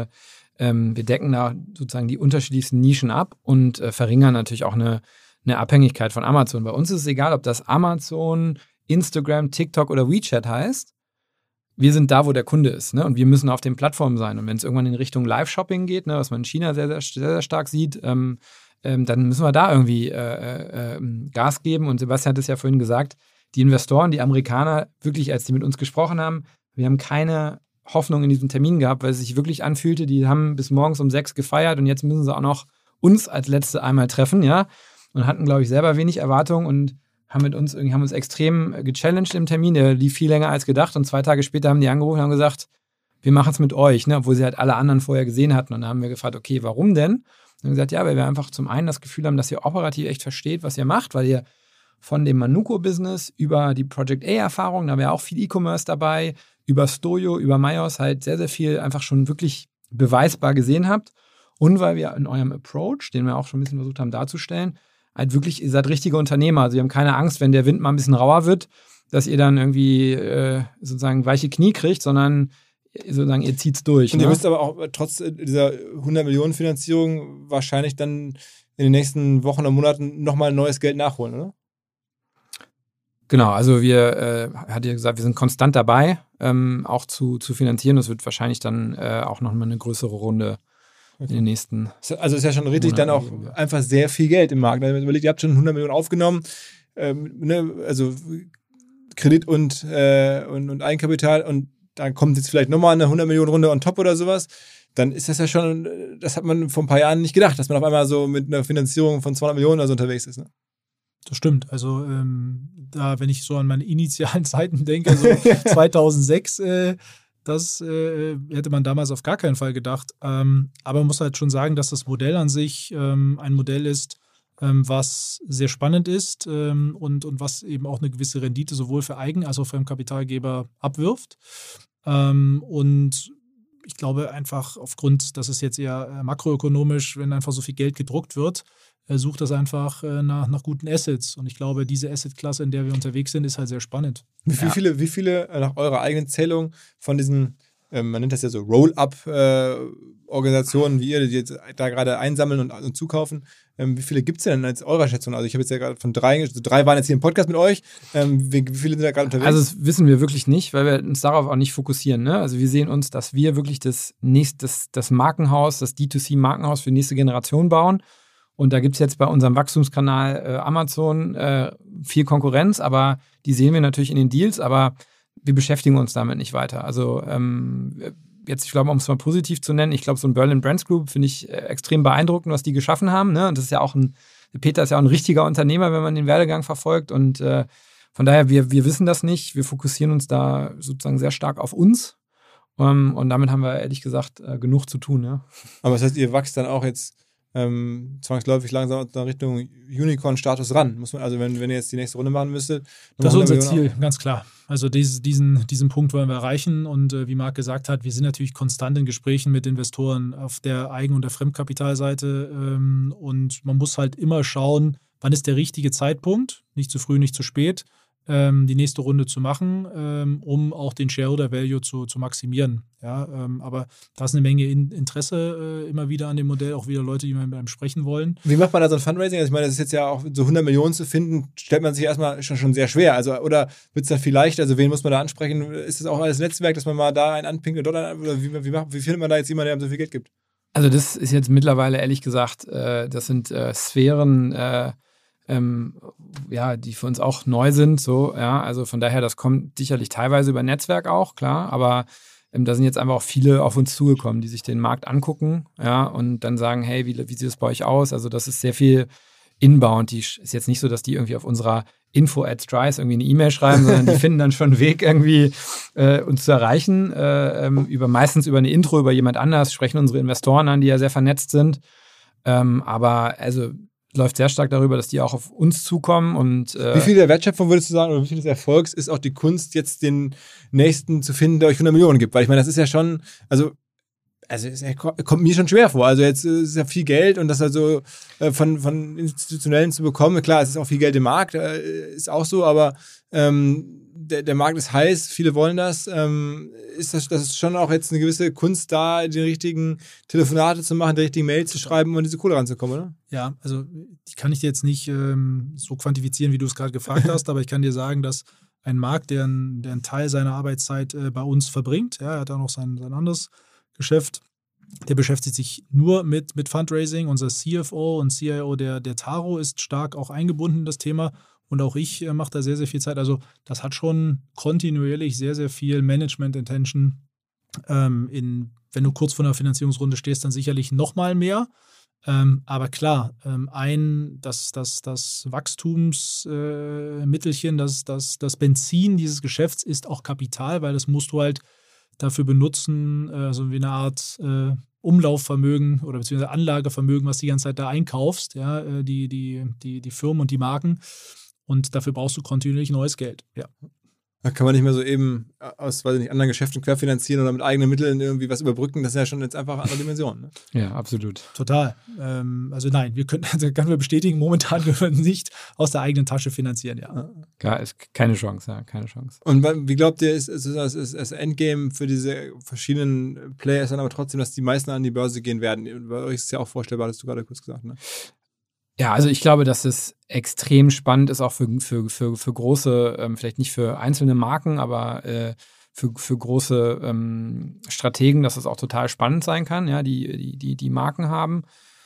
wir decken da sozusagen die unterschiedlichsten Nischen ab und verringern natürlich auch eine Abhängigkeit von Amazon. Bei uns ist es egal, ob das Amazon, Instagram, TikTok oder WeChat heißt. Wir sind da, wo der Kunde ist, ne? Und wir müssen auf den Plattformen sein. Und wenn es irgendwann in Richtung Live-Shopping geht, ne, was man in China sehr, sehr, sehr, sehr stark sieht, dann müssen wir da irgendwie Gas geben. Und Sebastian hat es ja vorhin gesagt, die Investoren, die Amerikaner, wirklich, als die mit uns gesprochen haben, wir haben keine Hoffnung in diesem Termin gehabt, weil es sich wirklich anfühlte, die haben bis morgens um 6 gefeiert und jetzt müssen sie auch noch uns als Letzte einmal treffen, ja, und hatten, glaube ich, selber wenig Erwartungen und haben uns extrem gechallenged im Termin, der lief viel länger als gedacht und 2 Tage später haben die angerufen und haben gesagt, wir machen es mit euch, ne, obwohl sie halt alle anderen vorher gesehen hatten und dann haben wir gefragt, okay, warum denn? Und haben gesagt, ja, weil wir einfach zum einen das Gefühl haben, dass ihr operativ echt versteht, was ihr macht, weil ihr von dem Manuko-Business über die Project A-Erfahrung, da wäre auch viel E-Commerce dabei, über Stojo, über Mayos halt sehr, sehr viel einfach schon wirklich beweisbar gesehen habt. Und weil wir in eurem Approach, den wir auch schon ein bisschen versucht haben darzustellen, halt wirklich, ihr seid richtige Unternehmer. Also wir haben keine Angst, wenn der Wind mal ein bisschen rauer wird, dass ihr dann irgendwie sozusagen weiche Knie kriegt, sondern sozusagen ihr zieht's durch. Und ihr müsst aber auch trotz dieser 100 Millionen Finanzierung wahrscheinlich dann in den nächsten Wochen und Monaten nochmal neues Geld nachholen, oder? Genau, also wir, hat ja gesagt, wir sind konstant dabei, auch zu finanzieren. Das wird wahrscheinlich dann auch nochmal eine größere Runde in den nächsten. Also ist ja schon richtig dann auch einfach sehr viel Geld im Markt. Also überlegt, ihr habt schon 100 Millionen aufgenommen, ne? Also Kredit und Eigenkapital und dann kommt jetzt vielleicht nochmal eine 100 Millionen Runde on top oder sowas. Dann ist das ja schon, das hat man vor ein paar Jahren nicht gedacht, dass man auf einmal so mit einer Finanzierung von 200 Millionen oder so unterwegs ist, ne? Das stimmt. Also wenn ich so an meine initialen Zeiten denke, so 2006, das hätte man damals auf gar keinen Fall gedacht. Aber man muss halt schon sagen, dass das Modell an sich ein Modell ist, was sehr spannend ist und was eben auch eine gewisse Rendite sowohl für Eigen- als auch für einen Kapitalgeber abwirft. Und ich glaube einfach aufgrund, das ist jetzt eher makroökonomisch, wenn einfach so viel Geld gedruckt wird, sucht das einfach nach guten Assets. Und ich glaube, diese Assetklasse, in der wir unterwegs sind, ist halt sehr spannend. Wie viele nach eurer eigenen Zählung von diesen, man nennt das ja so Roll-Up-Organisationen, wie ihr, die jetzt da gerade einsammeln und zukaufen, wie viele gibt es denn als eurer Schätzung? Also ich habe jetzt ja gerade von 3, also 3 waren jetzt hier im Podcast mit euch. Wie viele sind da gerade unterwegs? Also das wissen wir wirklich nicht, weil wir uns darauf auch nicht fokussieren. Ne? Also wir sehen uns, dass wir wirklich das Markenhaus, das D2C-Markenhaus für die nächste Generation bauen. Und da gibt es jetzt bei unserem Wachstumskanal Amazon viel Konkurrenz, aber die sehen wir natürlich in den Deals, aber wir beschäftigen uns damit nicht weiter. Also jetzt, ich glaube, um es mal positiv zu nennen, ich glaube, so ein Berlin Brands Group finde ich extrem beeindruckend, was die geschaffen haben. Ne? Und das ist ja auch Peter ist ja auch ein richtiger Unternehmer, wenn man den Werdegang verfolgt. Und von daher, wir wissen das nicht. Wir fokussieren uns da sozusagen sehr stark auf uns. Und damit haben wir ehrlich gesagt genug zu tun. Ja? Aber das heißt, ihr wächst dann auch jetzt zwangsläufig langsam in Richtung Unicorn-Status ran. Muss man, also wenn ihr jetzt die nächste Runde machen müsstet. Das ist unser Ziel, ganz klar. Also diesen Punkt wollen wir erreichen. Und wie Marc gesagt hat, wir sind natürlich konstant in Gesprächen mit Investoren auf der Eigen- und der Fremdkapitalseite. Und man muss halt immer schauen, wann ist der richtige Zeitpunkt, nicht zu früh, nicht zu spät, die nächste Runde zu machen, um auch den Shareholder Value zu maximieren. Ja, aber da ist eine Menge Interesse immer wieder an dem Modell, auch wieder Leute, die mit einem sprechen wollen. Wie macht man da so ein Fundraising? Also ich meine, das ist jetzt ja auch so 100 Millionen zu finden, stellt man sich erstmal schon sehr schwer. Also, oder wird es da vielleicht, also wen muss man da ansprechen? Ist das auch alles Netzwerk, dass man mal da einen anpinkt oder dort einen, oder wie findet man da jetzt jemanden, der einem so viel Geld gibt? Also das ist jetzt mittlerweile, ehrlich gesagt, das sind Sphären, die für uns auch neu sind, so, ja, also von daher, das kommt sicherlich teilweise über Netzwerk auch, klar, aber da sind jetzt einfach auch viele auf uns zugekommen, die sich den Markt angucken, ja, und dann sagen, hey, wie sieht es bei euch aus? Also das ist sehr viel inbound, die ist jetzt nicht so, dass die irgendwie auf unserer Info@Strice irgendwie eine E-Mail schreiben, sondern die finden dann schon einen Weg irgendwie uns zu erreichen, meistens über eine Intro, über jemand anders, sprechen unsere Investoren an, die ja sehr vernetzt sind, aber also läuft sehr stark darüber, dass die auch auf uns zukommen. Und wie viel der Wertschöpfung würdest du sagen, oder wie viel des Erfolgs ist auch die Kunst, jetzt den Nächsten zu finden, der euch 100 Millionen gibt? Weil ich meine, das ist ja schon, also es kommt mir schon schwer vor. Also jetzt ist ja viel Geld und das also von Institutionellen zu bekommen. Klar, es ist auch viel Geld im Markt, ist auch so, aber der Markt ist heiß, viele wollen das. Das ist schon auch jetzt eine gewisse Kunst da, die richtigen Telefonate zu machen, die richtigen Mails zu schreiben, um an diese Kohle ranzukommen, oder? Ja, also die kann ich dir jetzt nicht so quantifizieren, wie du es gerade gefragt hast, aber ich kann dir sagen, dass ein Marc, der einen Teil seiner Arbeitszeit bei uns verbringt, ja, er hat auch noch sein anderes Geschäft, der beschäftigt sich nur mit Fundraising. Unser CFO und CIO, der Taro, ist stark auch eingebunden in das Thema. Und auch ich mache da sehr, sehr viel Zeit. Also das hat schon kontinuierlich sehr, sehr viel Management-Intention. Wenn du kurz vor einer Finanzierungsrunde stehst, dann sicherlich noch mal mehr. Aber klar, das Wachstumsmittelchen, das Benzin dieses Geschäfts ist auch Kapital, weil das musst du halt dafür benutzen, so wie eine Art Umlaufvermögen oder beziehungsweise Anlagevermögen, was du die ganze Zeit da einkaufst, ja, die Firmen und die Marken. Und dafür brauchst du kontinuierlich neues Geld. Ja. Da kann man nicht mehr so eben aus, weiß ich nicht, anderen Geschäften querfinanzieren oder mit eigenen Mitteln irgendwie was überbrücken. Das ist ja schon jetzt einfach eine andere Dimension. Ne? Ja, absolut. Total. Also nein, können wir bestätigen, momentan können wir nicht aus der eigenen Tasche finanzieren, ja. Klar, ist keine Chance, ja, keine Chance. Und wie glaubt ihr, ist das Endgame für diese verschiedenen Players dann aber trotzdem, dass die meisten an die Börse gehen werden? Bei euch ist es ja auch vorstellbar, das hast du gerade kurz gesagt, ne? Ja, also ich glaube, dass es extrem spannend ist, auch für große, vielleicht nicht für einzelne Marken, aber für große Strategen, dass es auch total spannend sein kann, ja, die Marken haben.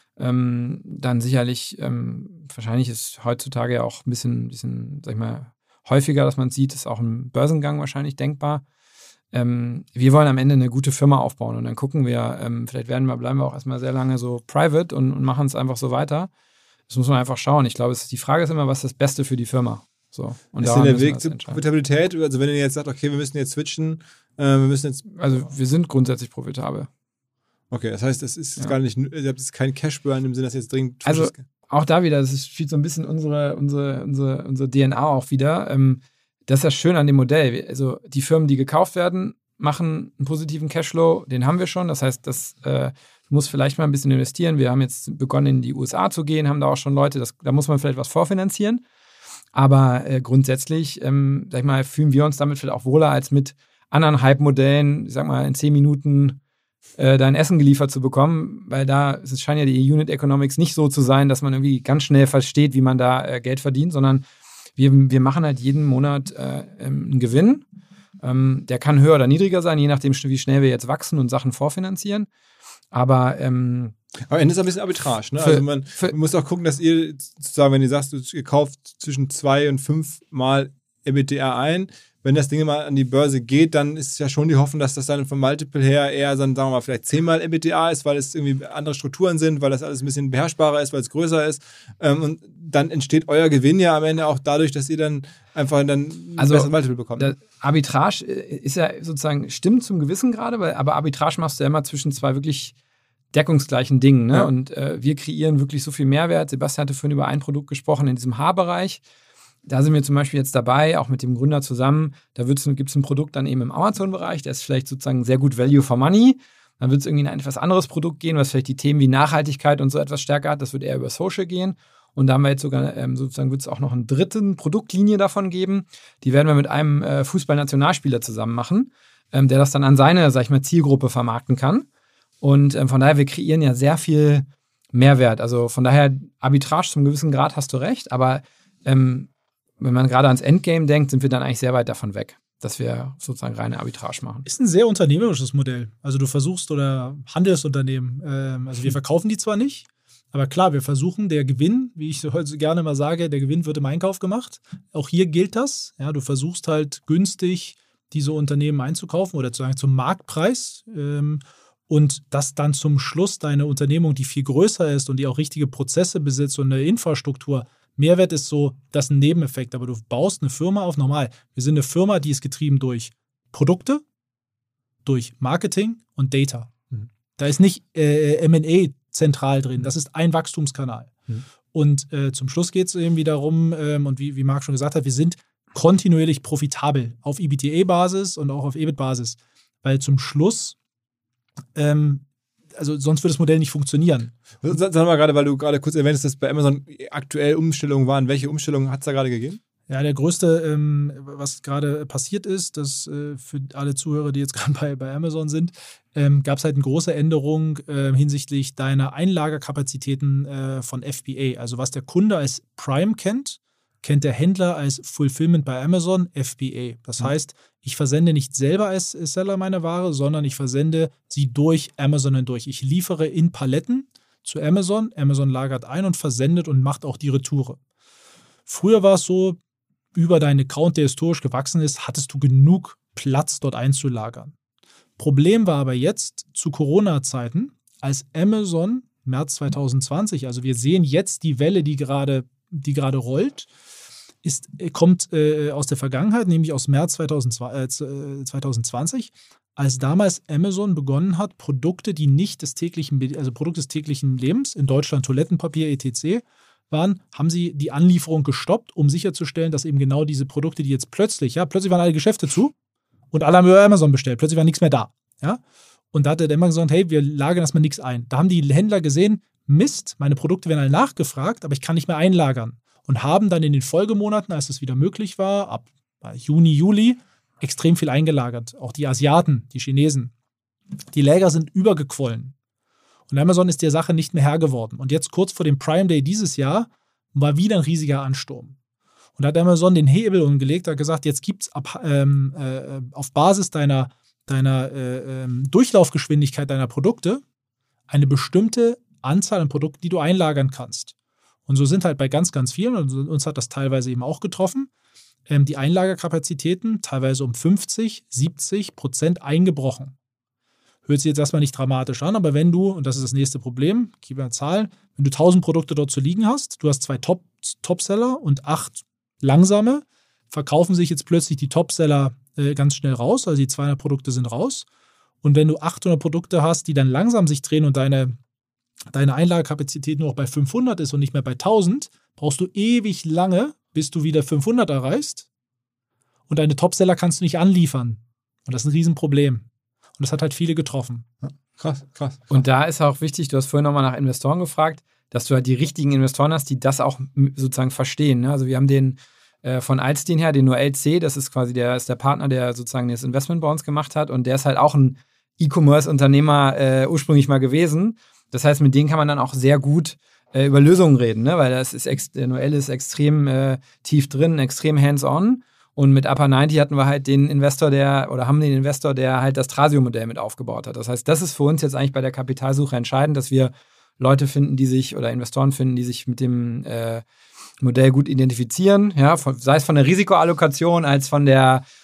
Dann sicherlich, wahrscheinlich ist heutzutage ja auch ein bisschen, sag ich mal, häufiger, dass man es sieht, ist auch ein Börsengang wahrscheinlich denkbar. Wir wollen am Ende eine gute Firma aufbauen und dann gucken wir, vielleicht bleiben wir auch erstmal sehr lange so private und machen es einfach so weiter. Das muss man einfach schauen. Ich glaube, die Frage ist immer, was ist das Beste für die Firma? So. Und ist denn der Weg zur Profitabilität? Also wenn ihr jetzt sagt, okay, wir müssen jetzt switchen, Also wir sind grundsätzlich profitabel. Okay, das heißt, es ist gar nicht, ihr habt jetzt keinen Cashburn im Sinne, dass jetzt dringend... Also auch da wieder, das spielt so ein bisschen unsere DNA auch wieder. Das ist ja schön an dem Modell. Also die Firmen, die gekauft werden, machen einen positiven Cashflow, den haben wir schon. Das heißt, das muss vielleicht mal ein bisschen investieren. Wir haben jetzt begonnen, in die USA zu gehen, haben da auch schon Leute, da muss man vielleicht was vorfinanzieren. Aber grundsätzlich, sag ich mal, fühlen wir uns damit vielleicht auch wohler als mit anderen Hype-Modellen, sag mal, in 10 Minuten dein Essen geliefert zu bekommen, weil es scheint ja die Unit Economics nicht so zu sein, dass man irgendwie ganz schnell versteht, wie man da Geld verdient, sondern wir machen halt jeden Monat einen Gewinn. Der kann höher oder niedriger sein, je nachdem, wie schnell wir jetzt wachsen und Sachen vorfinanzieren. Aber am Ende ist ein bisschen Arbitrage, ne? Also man muss auch gucken, dass ihr sozusagen, wenn ihr sagst, ihr kauft zwischen 2 und 5 Mal EBITDA ein, wenn das Ding mal an die Börse geht, dann ist ja schon die Hoffnung, dass das dann vom Multiple her eher, sagen wir mal, vielleicht 10-mal EBITDA ist, weil es irgendwie andere Strukturen sind, weil das alles ein bisschen beherrschbarer ist, weil es größer ist. Und dann entsteht euer Gewinn ja am Ende auch dadurch, dass ihr dann einfach dann ein besseres Multiple bekommt. Arbitrage ist ja sozusagen, stimmt zum gewissen Grade, aber Arbitrage machst du ja immer zwischen zwei wirklich deckungsgleichen Dingen. Ne? Ja. Und wir kreieren wirklich so viel Mehrwert. Sebastian hatte vorhin über ein Produkt gesprochen in diesem Haarbereich. Da sind wir zum Beispiel jetzt dabei, auch mit dem Gründer zusammen. Da gibt es ein Produkt dann eben im Amazon-Bereich, der ist vielleicht sozusagen sehr gut Value for Money. Dann wird es irgendwie in ein etwas anderes Produkt gehen, was vielleicht die Themen wie Nachhaltigkeit und so etwas stärker hat. Das wird eher über Social gehen. Und da haben wir jetzt sogar sozusagen wird es auch noch eine dritte Produktlinie davon geben. Die werden wir mit einem Fußballnationalspieler zusammen machen, der das dann an seine, sag ich mal, Zielgruppe vermarkten kann. Und von daher, wir kreieren ja sehr viel Mehrwert. Also von daher, Arbitrage zum gewissen Grad hast du recht, aber wenn man gerade ans Endgame denkt, sind wir dann eigentlich sehr weit davon weg, dass wir sozusagen reine Arbitrage machen. Ist ein sehr unternehmerisches Modell. Also du versuchst, oder Handelsunternehmen, also wir verkaufen die zwar nicht, aber klar, wir versuchen, der Gewinn, wie ich heute so gerne mal sage, der Gewinn wird im Einkauf gemacht. Auch hier gilt das. Ja, du versuchst halt günstig diese Unternehmen einzukaufen oder zu sagen zum Marktpreis und dass dann zum Schluss deine Unternehmung, die viel größer ist und die auch richtige Prozesse besitzt und eine Infrastruktur. Mehrwert ist so, das ist ein Nebeneffekt, aber du baust eine Firma auf normal. Wir sind eine Firma, die ist getrieben durch Produkte, durch Marketing und Data. Da ist nicht M&A zentral drin, das ist ein Wachstumskanal. Und zum Schluss geht es irgendwie darum, und wie Marc schon gesagt hat, wir sind kontinuierlich profitabel auf EBITDA-Basis und auch auf EBIT-Basis, weil zum Schluss also sonst würde das Modell nicht funktionieren. Sag mal gerade, weil du gerade kurz erwähnt hast, dass bei Amazon aktuell Umstellungen waren. Welche Umstellungen hat es da gerade gegeben? Ja, der größte, was gerade passiert ist, dass für alle Zuhörer, die jetzt gerade bei Amazon sind, gab es halt eine große Änderung hinsichtlich deiner Einlagerkapazitäten von FBA. Also was der Kunde als Prime kennt der Händler als Fulfillment bei Amazon FBA. Das heißt, ich versende nicht selber als Seller meine Ware, sondern ich versende sie durch Amazon hindurch. Ich liefere in Paletten zu Amazon. Amazon lagert ein und versendet und macht auch die Retoure. Früher war es so, über deinen Account, der historisch gewachsen ist, hattest du genug Platz, dort einzulagern. Problem war aber jetzt zu Corona-Zeiten, als Amazon März 2020, also wir sehen jetzt die Welle, die gerade rollt, kommt aus der Vergangenheit, nämlich aus März 2020, als damals Amazon begonnen hat, Produkte, die nicht Produkt des täglichen Lebens, in Deutschland Toilettenpapier etc. waren, haben sie die Anlieferung gestoppt, um sicherzustellen, dass eben genau diese Produkte, die jetzt plötzlich waren alle Geschäfte zu und alle haben über Amazon bestellt, plötzlich war nichts mehr da. Ja? Und da hat der Amazon gesagt, hey, wir lagern erstmal nichts ein. Da haben die Händler gesehen, Mist, meine Produkte werden alle nachgefragt, aber ich kann nicht mehr einlagern. Und haben dann in den Folgemonaten, als es wieder möglich war, ab Juni, Juli, extrem viel eingelagert. Auch die Asiaten, die Chinesen. Die Läger sind übergequollen. Und Amazon ist der Sache nicht mehr Herr geworden. Und jetzt kurz vor dem Prime Day dieses Jahr war wieder ein riesiger Ansturm. Und da hat Amazon den Hebel umgelegt, hat gesagt, jetzt gibt es auf Basis deiner Durchlaufgeschwindigkeit deiner Produkte eine bestimmte Anzahl an Produkten, die du einlagern kannst. Und so sind halt bei ganz, ganz vielen, und uns hat das teilweise eben auch getroffen, die Einlagerkapazitäten teilweise um 50-70% eingebrochen. Hört sich jetzt erstmal nicht dramatisch an, aber wenn du, und das ist das nächste Problem, gib mir Zahlen, wenn du 1000 Produkte dort zu liegen hast, du hast 2 Topseller und 8 langsame, verkaufen sich jetzt plötzlich die Topseller ganz schnell raus, also die 200 Produkte sind raus. Und wenn du 800 Produkte hast, die dann langsam sich drehen und deine Einlagekapazität nur noch bei 500 ist und nicht mehr bei 1000, brauchst du ewig lange, bis du wieder 500 erreichst. Und deine Topseller kannst du nicht anliefern. Und das ist ein Riesenproblem. Und das hat halt viele getroffen. Ja, krass. Und da ist auch wichtig, du hast vorhin nochmal nach Investoren gefragt, dass du halt die richtigen Investoren hast, die das auch sozusagen verstehen. Ne? Also wir haben den von Alstein her, den Noel C., das ist quasi der Partner, der sozusagen das Investment bei uns gemacht hat. Und der ist halt auch ein E-Commerce-Unternehmer ursprünglich mal gewesen. Das heißt, mit denen kann man dann auch sehr gut über Lösungen reden, ne? Weil der Noel ist extrem tief drin, extrem hands-on. Und mit Upper 90 hatten wir halt den Investor, der halt das Trasio-Modell mit aufgebaut hat. Das heißt, das ist für uns jetzt eigentlich bei der Kapitalsuche entscheidend, dass wir Leute finden, oder Investoren finden, die sich mit dem Modell gut identifizieren, ja, sei es von der Risikoallokation als von der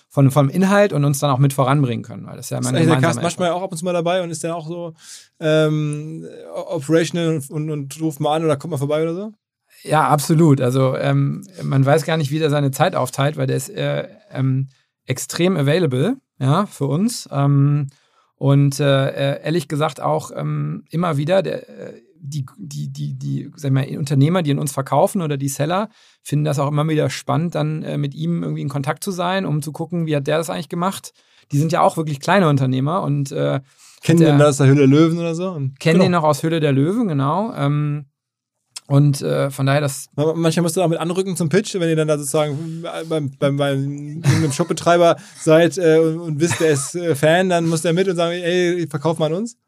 vom Inhalt und uns dann auch mit voranbringen können. Weil das ist ja immer ist der Carsten manchmal auch ab und zu mal dabei und ist dann auch so operational und ruft mal an oder kommt mal vorbei oder so? Ja, absolut. Also man weiß gar nicht, wie der seine Zeit aufteilt, weil der ist extrem available, ja, für uns. Und ehrlich gesagt auch immer wieder die sag ich mal, Unternehmer, die in uns verkaufen oder die Seller, finden das auch immer wieder spannend, dann mit ihm irgendwie in Kontakt zu sein, um zu gucken, wie hat der das eigentlich gemacht. Die sind ja auch wirklich kleine Unternehmer und kennen den aus der Höhle der Löwen oder so? Kennen den noch aus Höhle der Löwen, genau. Und von daher das... Manchmal musst du auch mit anrücken zum Pitch, wenn ihr dann da sozusagen beim Shopbetreiber seid und wisst, der ist Fan, dann muss der mit und sagen, ey, verkauf mal an uns.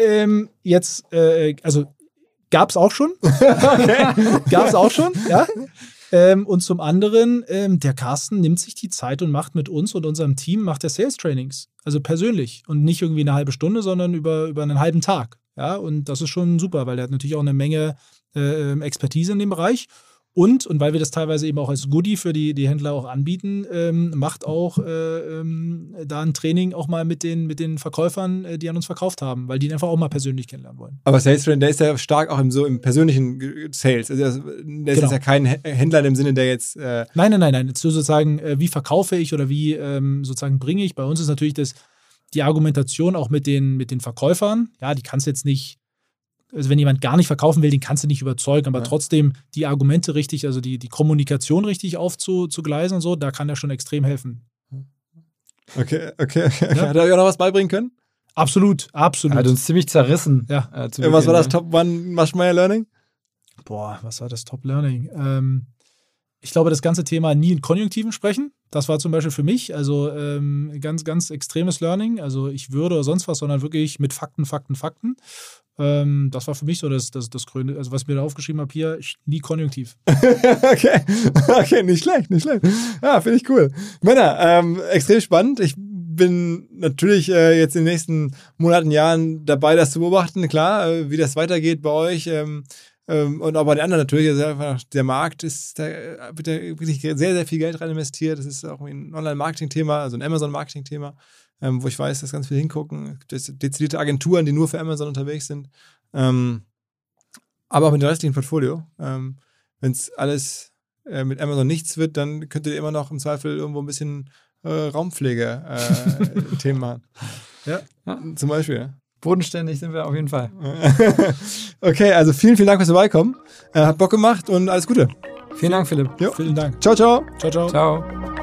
Also gab's auch schon. Gab's auch schon, ja. Und zum anderen, der Carsten nimmt sich die Zeit und macht mit uns und unserem Team, macht er Sales-Trainings. Also persönlich. Und nicht irgendwie eine halbe Stunde, sondern über einen halben Tag. Ja, und das ist schon super, weil er hat natürlich auch eine Menge Expertise in dem Bereich. Und weil wir das teilweise eben auch als Goodie für die Händler auch anbieten, macht auch da ein Training auch mal mit den Verkäufern, die an uns verkauft haben, weil die ihn einfach auch mal persönlich kennenlernen wollen. Aber Sales Trainer, der ist ja stark auch im persönlichen Sales. Also der ist ja kein Händler im Sinne, der jetzt... Nein. Jetzt sozusagen, wie verkaufe ich oder wie sozusagen bringe ich? Bei uns ist natürlich die Argumentation auch mit den Verkäufern. Ja, die kannst du jetzt nicht... Also wenn jemand gar nicht verkaufen will, den kannst du nicht überzeugen, aber trotzdem die Argumente richtig, also die Kommunikation richtig aufzugleisen und so, da kann er schon extrem helfen. Okay. Ja? Hat er euch auch noch was beibringen können? Absolut. Er hat uns ziemlich zerrissen. Ja. Was war das Top One Maschmeyer Learning? Was war das Top Learning? Ich glaube, das ganze Thema nie in Konjunktiven sprechen. Das war zum Beispiel für mich, also ganz, ganz extremes Learning. Also ich würde oder sonst was, sondern wirklich mit Fakten. Das war für mich so das Grüne, also was ich mir da aufgeschrieben habe hier, nie konjunktiv. Okay, nicht schlecht. Ja, finde ich cool. Männer, extrem spannend. Ich bin natürlich jetzt in den nächsten Monaten, Jahren dabei, das zu beobachten. Klar, wie das weitergeht bei euch und auch bei den anderen natürlich. Also einfach der Markt da wird wirklich sehr, sehr viel Geld rein investiert. Das ist auch ein Online-Marketing-Thema, also ein Amazon-Marketing-Thema. Wo ich weiß, dass ganz viel hingucken. Es gibt dezidierte Agenturen, die nur für Amazon unterwegs sind. Aber auch mit dem restlichen Portfolio. Wenn es alles mit Amazon nichts wird, dann könnt ihr immer noch im Zweifel irgendwo ein bisschen Raumpflege-Themen machen. Ja, zum Beispiel. Ja. Bodenständig sind wir auf jeden Fall. Okay, also vielen, vielen Dank fürs Vorbeikommen. Hat Bock gemacht und alles Gute. Vielen Dank, Philipp. Jo. Vielen Dank. Ciao, ciao. Ciao. Ciao.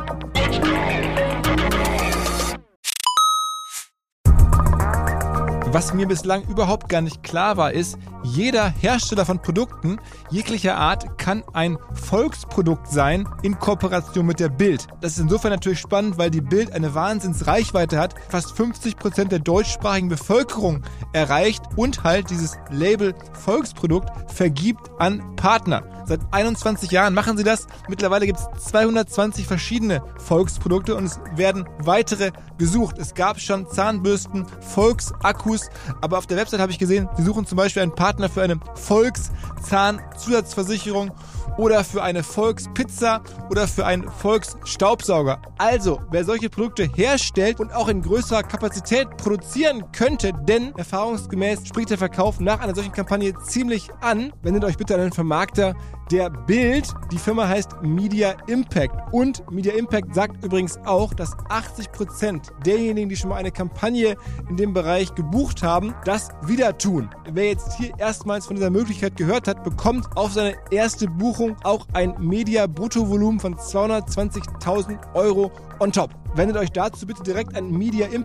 Was mir bislang überhaupt gar nicht klar war, ist, jeder Hersteller von Produkten jeglicher Art kann ein Volksprodukt sein in Kooperation mit der Bild. Das ist insofern natürlich spannend, weil die Bild eine Wahnsinnsreichweite hat, fast 50% der deutschsprachigen Bevölkerung erreicht und halt dieses Label Volksprodukt vergibt an Partner. Seit 21 Jahren machen sie das. Mittlerweile gibt es 220 verschiedene Volksprodukte und es werden weitere gesucht. Es gab schon Zahnbürsten, Volksakkus, aber auf der Website habe ich gesehen, sie suchen zum Beispiel einen Partner für eine Volkszahnzusatzversicherung oder für eine Volkspizza oder für einen Volksstaubsauger. Also, wer solche Produkte herstellt und auch in größerer Kapazität produzieren könnte, denn erfahrungsgemäß spricht der Verkauf nach einer solchen Kampagne ziemlich an, wendet euch bitte an den Vermarkter der Bild. Die Firma heißt Media Impact und Media Impact sagt übrigens auch, dass 80% derjenigen, die schon mal eine Kampagne in dem Bereich gebucht haben, das wieder tun. Wer jetzt hier erstmals von dieser Möglichkeit gehört hat, bekommt auf seine erste Buchung auch ein Media-Bruttovolumen von 220.000 € on top. Wendet euch dazu bitte direkt an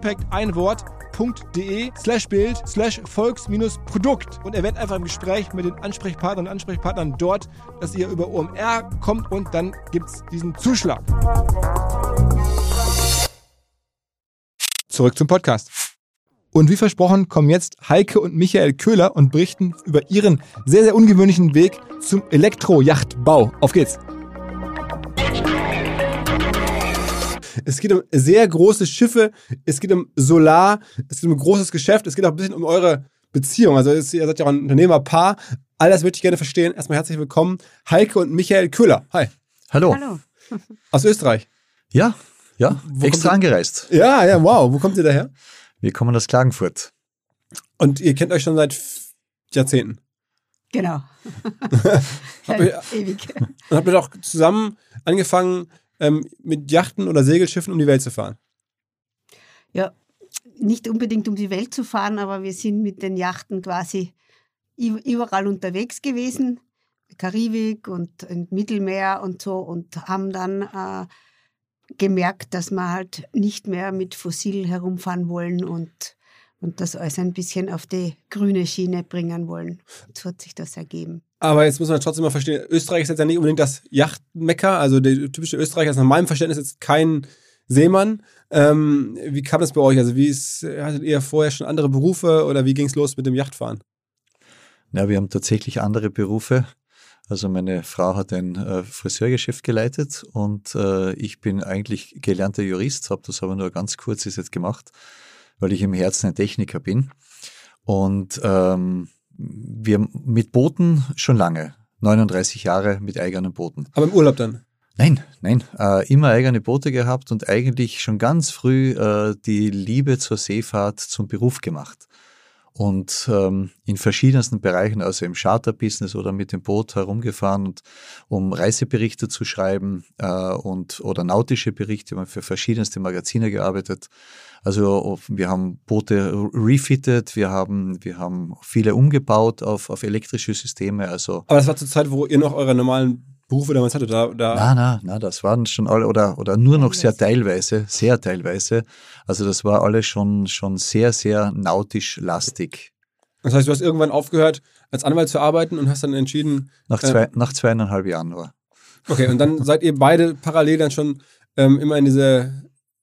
mediaimpact.de/bild/volks-produkt und erwähnt einfach im Gespräch mit den Ansprechpartnern und Ansprechpartnern dort, dass ihr über OMR kommt und dann gibt's diesen Zuschlag. Zurück zum Podcast. Und wie versprochen kommen jetzt Heike und Michael Köhler und berichten über ihren sehr, sehr ungewöhnlichen Weg zum Elektrojachtbau. Auf geht's! Es geht um sehr große Schiffe, es geht um Solar, es geht um ein großes Geschäft, es geht auch ein bisschen um eure Beziehung. Also ihr seid ja auch ein Unternehmerpaar. All das würde ich gerne verstehen. Erstmal herzlich willkommen, Heike und Michael Köhler. Hi. Hallo. Aus Österreich. Ja, Ja, extra angereist. Ja, wow. Wo kommt ihr daher? Wir kommen aus Klagenfurt. Und ihr kennt euch schon seit Jahrzehnten? Genau. Ewig. Und habt ihr doch zusammen angefangen, mit Yachten oder Segelschiffen um die Welt zu fahren? Ja, nicht unbedingt um die Welt zu fahren, aber wir sind mit den Yachten quasi überall unterwegs gewesen. Karibik und Mittelmeer und so, und haben dann gemerkt, dass wir halt nicht mehr mit Fossil herumfahren wollen und das alles ein bisschen auf die grüne Schiene bringen wollen. So hat sich das ergeben. Aber jetzt muss man trotzdem mal verstehen, Österreich ist jetzt ja nicht unbedingt das Yachtmekka, also der typische Österreicher ist nach meinem Verständnis jetzt kein Seemann. Wie kam das bei euch? Also hattet ihr vorher schon andere Berufe oder wie ging es los mit dem Yachtfahren? Ja, wir haben tatsächlich andere Berufe. Also meine Frau hat ein Friseurgeschäft geleitet und ich bin eigentlich gelernter Jurist, habe das aber nur ganz kurz jetzt gemacht, weil ich im Herzen ein Techniker bin. Und wir mit Booten schon lange, 39 Jahre mit eigenen Booten. Aber im Urlaub dann? Nein, immer eigene Boote gehabt und eigentlich schon ganz früh die Liebe zur Seefahrt zum Beruf gemacht. Und in verschiedensten Bereichen, also im Charterbusiness oder mit dem Boot herumgefahren, und, um Reiseberichte zu schreiben oder nautische Berichte. Wir haben für verschiedenste Magazine gearbeitet. Also wir haben Boote refitted, wir haben viele umgebaut auf elektrische Systeme. Also aber das war zur Zeit, wo ihr noch eure normalen Berufe damals hattet? Na, das waren schon alle oder nur noch sehr teilweise. Also das war alles schon sehr, sehr nautisch lastig. Das heißt, du hast irgendwann aufgehört, als Anwalt zu arbeiten und hast dann entschieden... Nach 2,5 Jahren nur. Okay, und dann seid ihr beide parallel dann schon immer in diese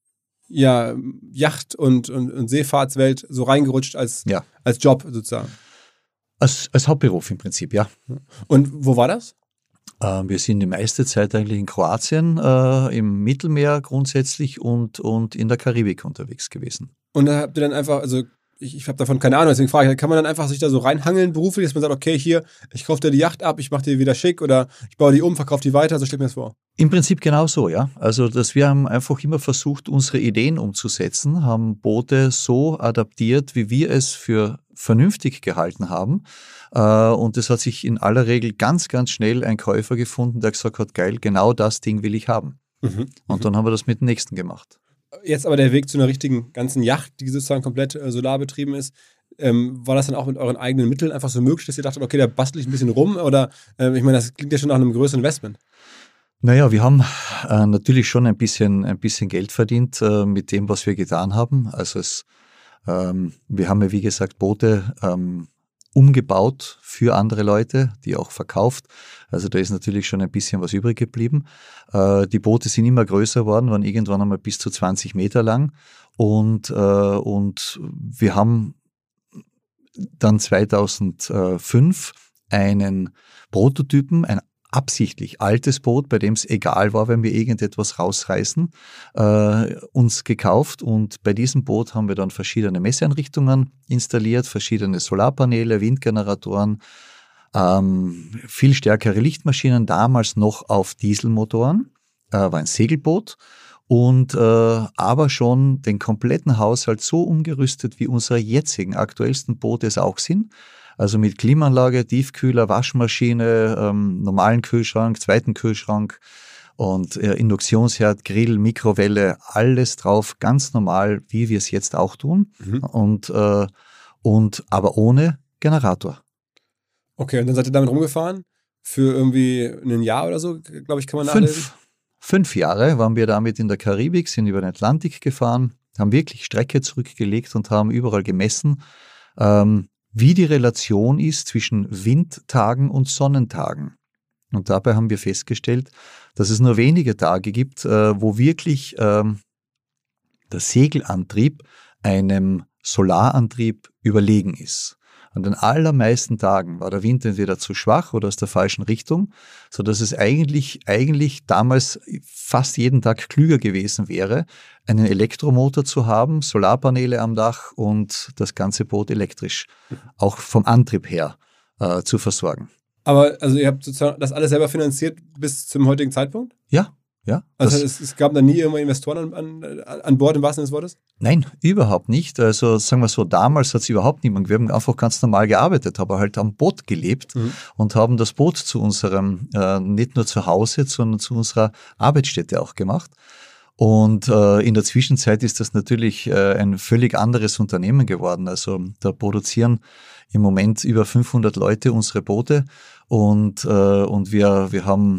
Yacht- und Seefahrtswelt so reingerutscht als Job sozusagen? Als Hauptberuf im Prinzip, ja. Und wo war das? Wir sind die meiste Zeit eigentlich in Kroatien, im Mittelmeer grundsätzlich und in der Karibik unterwegs gewesen. Und da habt ihr dann einfach, also ich habe davon keine Ahnung, deswegen frage ich, kann man dann einfach sich da so reinhangeln beruflich, dass man sagt, okay, hier, ich kaufe dir die Yacht ab, ich mache die wieder schick oder ich baue die um, verkaufe die weiter, so stelle ich mir das vor. Im Prinzip genauso, ja. Also wir haben einfach immer versucht, unsere Ideen umzusetzen, haben Boote so adaptiert, wie wir es für vernünftig gehalten haben. Und es hat sich in aller Regel ganz, ganz schnell ein Käufer gefunden, der gesagt hat, geil, genau das Ding will ich haben. Und dann haben wir das mit dem nächsten gemacht. Jetzt aber der Weg zu einer richtigen ganzen Yacht, die sozusagen komplett solarbetrieben ist, war das dann auch mit euren eigenen Mitteln einfach so möglich, dass ihr dachtet, okay, da bastel ich ein bisschen rum? Oder ich meine, das klingt ja schon nach einem größeren Investment. Naja, wir haben natürlich schon ein bisschen Geld verdient mit dem, was wir getan haben. Also wir haben ja, wie gesagt, Boote umgebaut für andere Leute, die auch verkauft. Also da ist natürlich schon ein bisschen was übrig geblieben. Die Boote sind immer größer geworden, waren irgendwann einmal bis zu 20 Meter lang. Und wir haben dann 2005 einen Prototypen, ein absichtlich altes Boot, bei dem es egal war, wenn wir irgendetwas rausreißen, uns gekauft, und bei diesem Boot haben wir dann verschiedene Messeinrichtungen installiert, verschiedene Solarpaneele, Windgeneratoren, viel stärkere Lichtmaschinen, damals noch auf Dieselmotoren, war ein Segelboot, und aber schon den kompletten Haushalt so umgerüstet, wie unsere jetzigen aktuellsten Boote es auch sind. Also mit Klimaanlage, Tiefkühler, Waschmaschine, normalen Kühlschrank, zweiten Kühlschrank und Induktionsherd, Grill, Mikrowelle, alles drauf, ganz normal, wie wir es jetzt auch tun. Und aber ohne Generator. Okay, und dann seid ihr damit rumgefahren? Für irgendwie ein Jahr oder so, glaube ich, kann man nachlesen? 5 Jahre waren wir damit in der Karibik, sind über den Atlantik gefahren, haben wirklich Strecke zurückgelegt und haben überall gemessen, wie die Relation ist zwischen Windtagen und Sonnentagen. Und dabei haben wir festgestellt, dass es nur wenige Tage gibt, wo wirklich der Segelantrieb einem Solarantrieb überlegen ist. An den allermeisten Tagen war der Wind entweder zu schwach oder aus der falschen Richtung, sodass es eigentlich damals fast jeden Tag klüger gewesen wäre, einen Elektromotor zu haben, Solarpaneele am Dach und das ganze Boot elektrisch, auch vom Antrieb her, zu versorgen. Aber also ihr habt sozusagen das alles selber finanziert bis zum heutigen Zeitpunkt? Ja, Ja, Also es gab da nie irgendwelche Investoren an Bord im wahrsten Sinne des Wortes? Nein, überhaupt nicht. Also sagen wir so, damals hat es überhaupt niemand. Wir haben einfach ganz normal gearbeitet, aber halt am Boot gelebt und haben das Boot zu unserem, nicht nur zu Hause, sondern zu unserer Arbeitsstätte auch gemacht. Und in der Zwischenzeit ist das natürlich ein völlig anderes Unternehmen geworden. Also da produzieren im Moment über 500 Leute unsere Boote und wir haben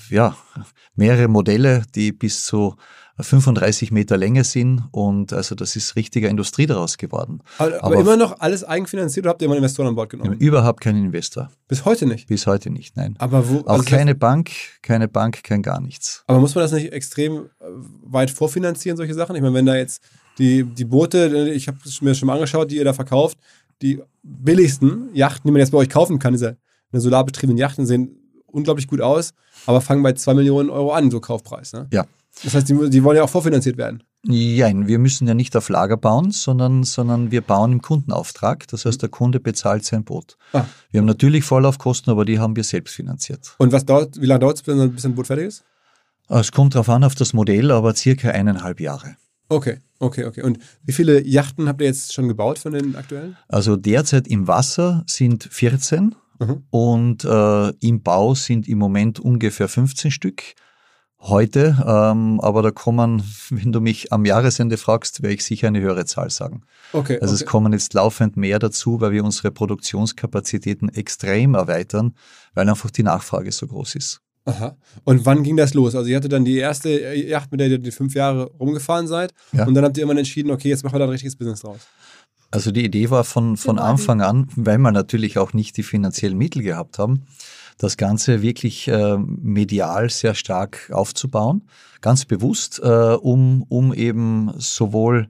mehrere Modelle, die bis zu 35 Meter Länge sind und also das ist richtiger Industrie daraus geworden. Aber immer noch alles eigenfinanziert oder habt ihr immer einen Investor an Bord genommen? Überhaupt keinen Investor. Bis heute nicht? Bis heute nicht, nein. Aber wo, auch keine Bank, kein gar nichts. Aber muss man das nicht extrem weit vorfinanzieren, solche Sachen? Ich meine, wenn da jetzt die Boote, ich habe es mir schon mal angeschaut, die ihr da verkauft, die billigsten Yachten, die man jetzt bei euch kaufen kann, diese solarbetriebenen Yachten, sehen unglaublich gut aus, aber fangen bei 2 Millionen Euro an, so Kaufpreis. Ne? Ja. Das heißt, die wollen ja auch vorfinanziert werden. Nein, wir müssen ja nicht auf Lager bauen, sondern wir bauen im Kundenauftrag. Das heißt, der Kunde bezahlt sein Boot. Wir haben natürlich Vorlaufkosten, aber die haben wir selbst finanziert. Und wie lange dauert es, bis ein Boot fertig ist? Es kommt darauf an, auf das Modell, aber circa 1,5 Jahre. Okay. Und wie viele Yachten habt ihr jetzt schon gebaut von den aktuellen? Also derzeit im Wasser sind 14 und im Bau sind im Moment ungefähr 15 Stück. Heute, aber da kommen, wenn du mich am Jahresende fragst, werde ich sicher eine höhere Zahl sagen. Okay. Es kommen jetzt laufend mehr dazu, weil wir unsere Produktionskapazitäten extrem erweitern, weil einfach die Nachfrage so groß ist. Aha. Und wann ging das los? Also ihr hattet dann die erste Yacht, mit der ihr die 5 Jahre rumgefahren seid und dann habt ihr irgendwann entschieden, okay, jetzt machen wir da ein richtiges Business draus. Also die Idee war von Anfang an, weil wir natürlich auch nicht die finanziellen Mittel gehabt haben, das Ganze wirklich medial sehr stark aufzubauen, ganz bewusst, um eben sowohl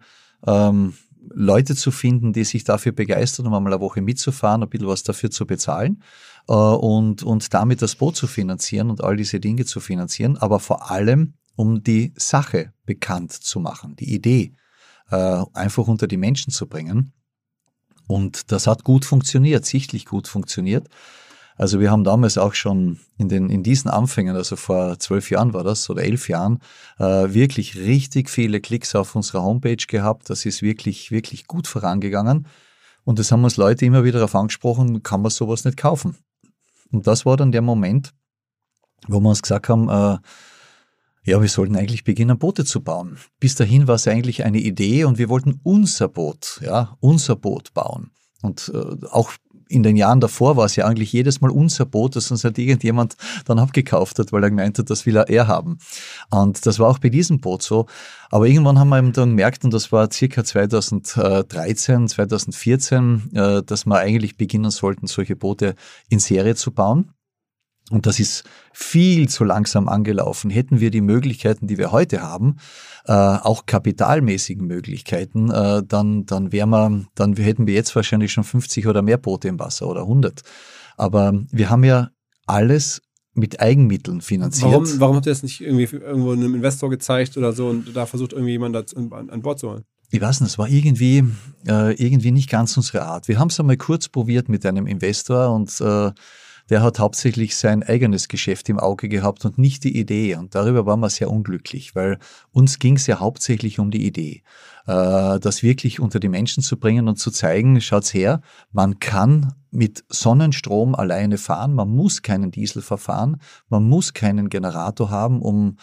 Leute zu finden, die sich dafür begeistern, um einmal eine Woche mitzufahren, ein bisschen was dafür zu bezahlen und damit das Boot zu finanzieren und all diese Dinge zu finanzieren, aber vor allem, um die Sache bekannt zu machen, die Idee einfach unter die Menschen zu bringen. Und das hat gut funktioniert, sichtlich gut funktioniert. Also wir haben damals auch schon in diesen Anfängen, also vor 12 Jahren war das, oder 11 Jahren, wirklich richtig viele Klicks auf unserer Homepage gehabt. Das ist wirklich, wirklich gut vorangegangen. Und das haben uns Leute immer wieder darauf angesprochen, kann man sowas nicht kaufen. Und das war dann der Moment, wo wir uns gesagt haben, wir sollten eigentlich beginnen, Boote zu bauen. Bis dahin war es eigentlich eine Idee und wir wollten unser Boot bauen. Und auch in den Jahren davor war es ja eigentlich jedes Mal unser Boot, das uns halt irgendjemand dann abgekauft hat, weil er gemeint hat, das will er haben. Und das war auch bei diesem Boot so. Aber irgendwann haben wir eben dann gemerkt, und das war circa 2013, 2014, dass wir eigentlich beginnen sollten, solche Boote in Serie zu bauen. Und das ist viel zu langsam angelaufen. Hätten wir die Möglichkeiten, die wir heute haben, auch kapitalmäßigen Möglichkeiten, dann hätten wir jetzt wahrscheinlich schon 50 oder mehr Boote im Wasser oder 100. Aber wir haben ja alles mit Eigenmitteln finanziert. Warum habt ihr das nicht irgendwo einem Investor gezeigt oder so und da versucht irgendwie jemand an Bord zu holen? Ich weiß nicht, es war irgendwie nicht ganz unsere Art. Wir haben es einmal kurz probiert mit einem Investor und der hat hauptsächlich sein eigenes Geschäft im Auge gehabt und nicht die Idee. Und darüber waren wir sehr unglücklich, weil uns ging es ja hauptsächlich um die Idee, das wirklich unter die Menschen zu bringen und zu zeigen, schaut's her, man kann mit Sonnenstrom alleine fahren, man muss keinen Diesel verfahren, man muss keinen Generator haben, um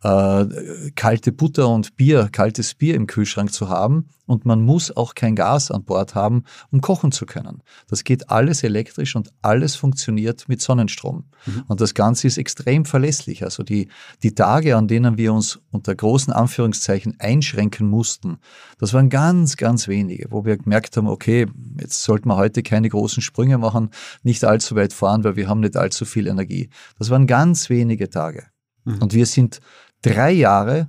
kalte Butter und kaltes Bier im Kühlschrank zu haben und man muss auch kein Gas an Bord haben, um kochen zu können. Das geht alles elektrisch und alles funktioniert mit Sonnenstrom. Und das Ganze ist extrem verlässlich. Also die Tage, an denen wir uns unter großen Anführungszeichen einschränken mussten, das waren ganz, ganz wenige, wo wir gemerkt haben, okay, jetzt sollten wir heute keine großen Sprünge machen, nicht allzu weit fahren, weil wir haben nicht allzu viel Energie. Das waren ganz wenige Tage. Und wir sind 3 Jahre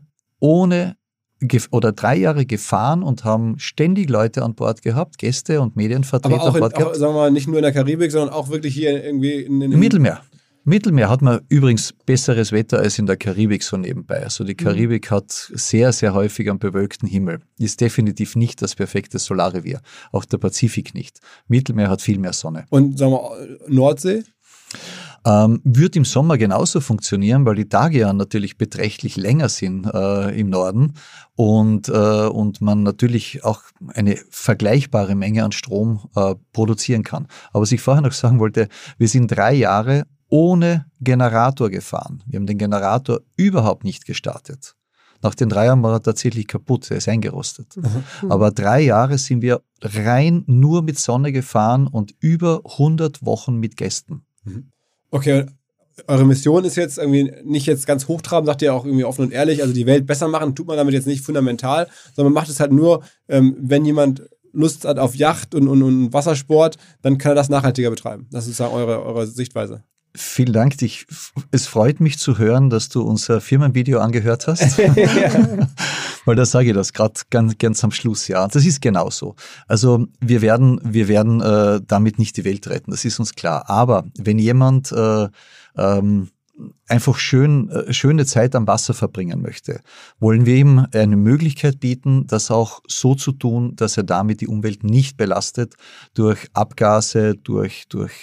3 Jahre gefahren und haben ständig Leute an Bord gehabt, Gäste und Medienvertreter an Bord gehabt. Aber sagen wir mal, nicht nur in der Karibik, sondern auch wirklich hier irgendwie im Mittelmeer. Mittelmeer hat man übrigens besseres Wetter als in der Karibik so nebenbei. Also die Karibik hat sehr, sehr häufig einen bewölkten Himmel. Ist definitiv nicht das perfekte Solarrevier. Auch der Pazifik nicht. Mittelmeer hat viel mehr Sonne. Und sagen wir Nordsee? Wird im Sommer genauso funktionieren, weil die Tage ja natürlich beträchtlich länger sind im Norden und man natürlich auch eine vergleichbare Menge an Strom produzieren kann. Aber was ich vorher noch sagen wollte, wir sind 3 Jahre ohne Generator gefahren. Wir haben den Generator überhaupt nicht gestartet. Nach den 3 Jahren war er tatsächlich kaputt, er ist eingerostet. Aber 3 Jahre sind wir rein nur mit Sonne gefahren und über 100 Wochen mit Gästen. Okay, eure Mission ist jetzt irgendwie nicht jetzt ganz hochtrabend, sagt ihr auch irgendwie offen und ehrlich, also die Welt besser machen, tut man damit jetzt nicht fundamental, sondern man macht es halt nur, wenn jemand Lust hat auf Yacht und Wassersport, dann kann er das nachhaltiger betreiben. Das ist sozusagen eure Sichtweise. Vielen Dank. Es freut mich zu hören, dass du unser Firmenvideo angehört hast. Weil da sage ich das gerade ganz am Schluss. Ja, das ist genauso. Also wir werden damit nicht die Welt retten, das ist uns klar. Aber wenn jemand einfach schöne Zeit am Wasser verbringen möchte, wollen wir ihm eine Möglichkeit bieten, das auch so zu tun, dass er damit die Umwelt nicht belastet durch Abgase, durch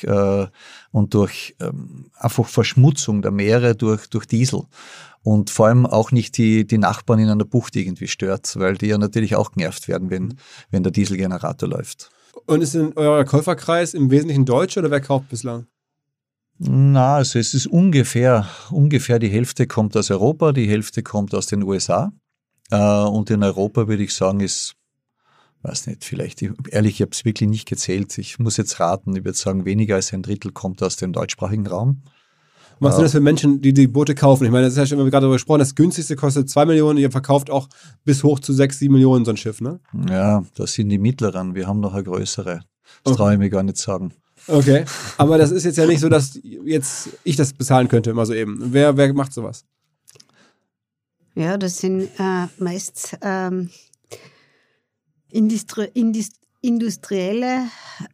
einfach Verschmutzung der Meere durch Diesel. Und vor allem auch nicht die Nachbarn in einer Bucht irgendwie stört, weil die ja natürlich auch genervt werden, wenn der Dieselgenerator läuft. Und ist in euer Käuferkreis im Wesentlichen Deutsche oder wer kauft bislang? Na, also es ist ungefähr die Hälfte kommt aus Europa, die Hälfte kommt aus den USA. Und in Europa würde ich sagen, ist, weiß nicht, vielleicht, ich habe es wirklich nicht gezählt. Ich muss jetzt raten, ich würde sagen, weniger als 1/3 kommt aus dem deutschsprachigen Raum. Was sind das für Menschen, die Boote kaufen? Ich meine, das ist ja schon, wir gerade darüber gesprochen, das günstigste kostet 2 Millionen, ihr verkauft auch bis hoch zu 6, 7 Millionen so ein Schiff, ne? Ja, das sind die mittleren, wir haben noch eine größere. Das traue ich mir gar nicht sagen. Okay, aber das ist jetzt ja nicht so, dass jetzt ich das bezahlen könnte, immer so eben. Wer macht sowas? Ja, das sind meist industrielle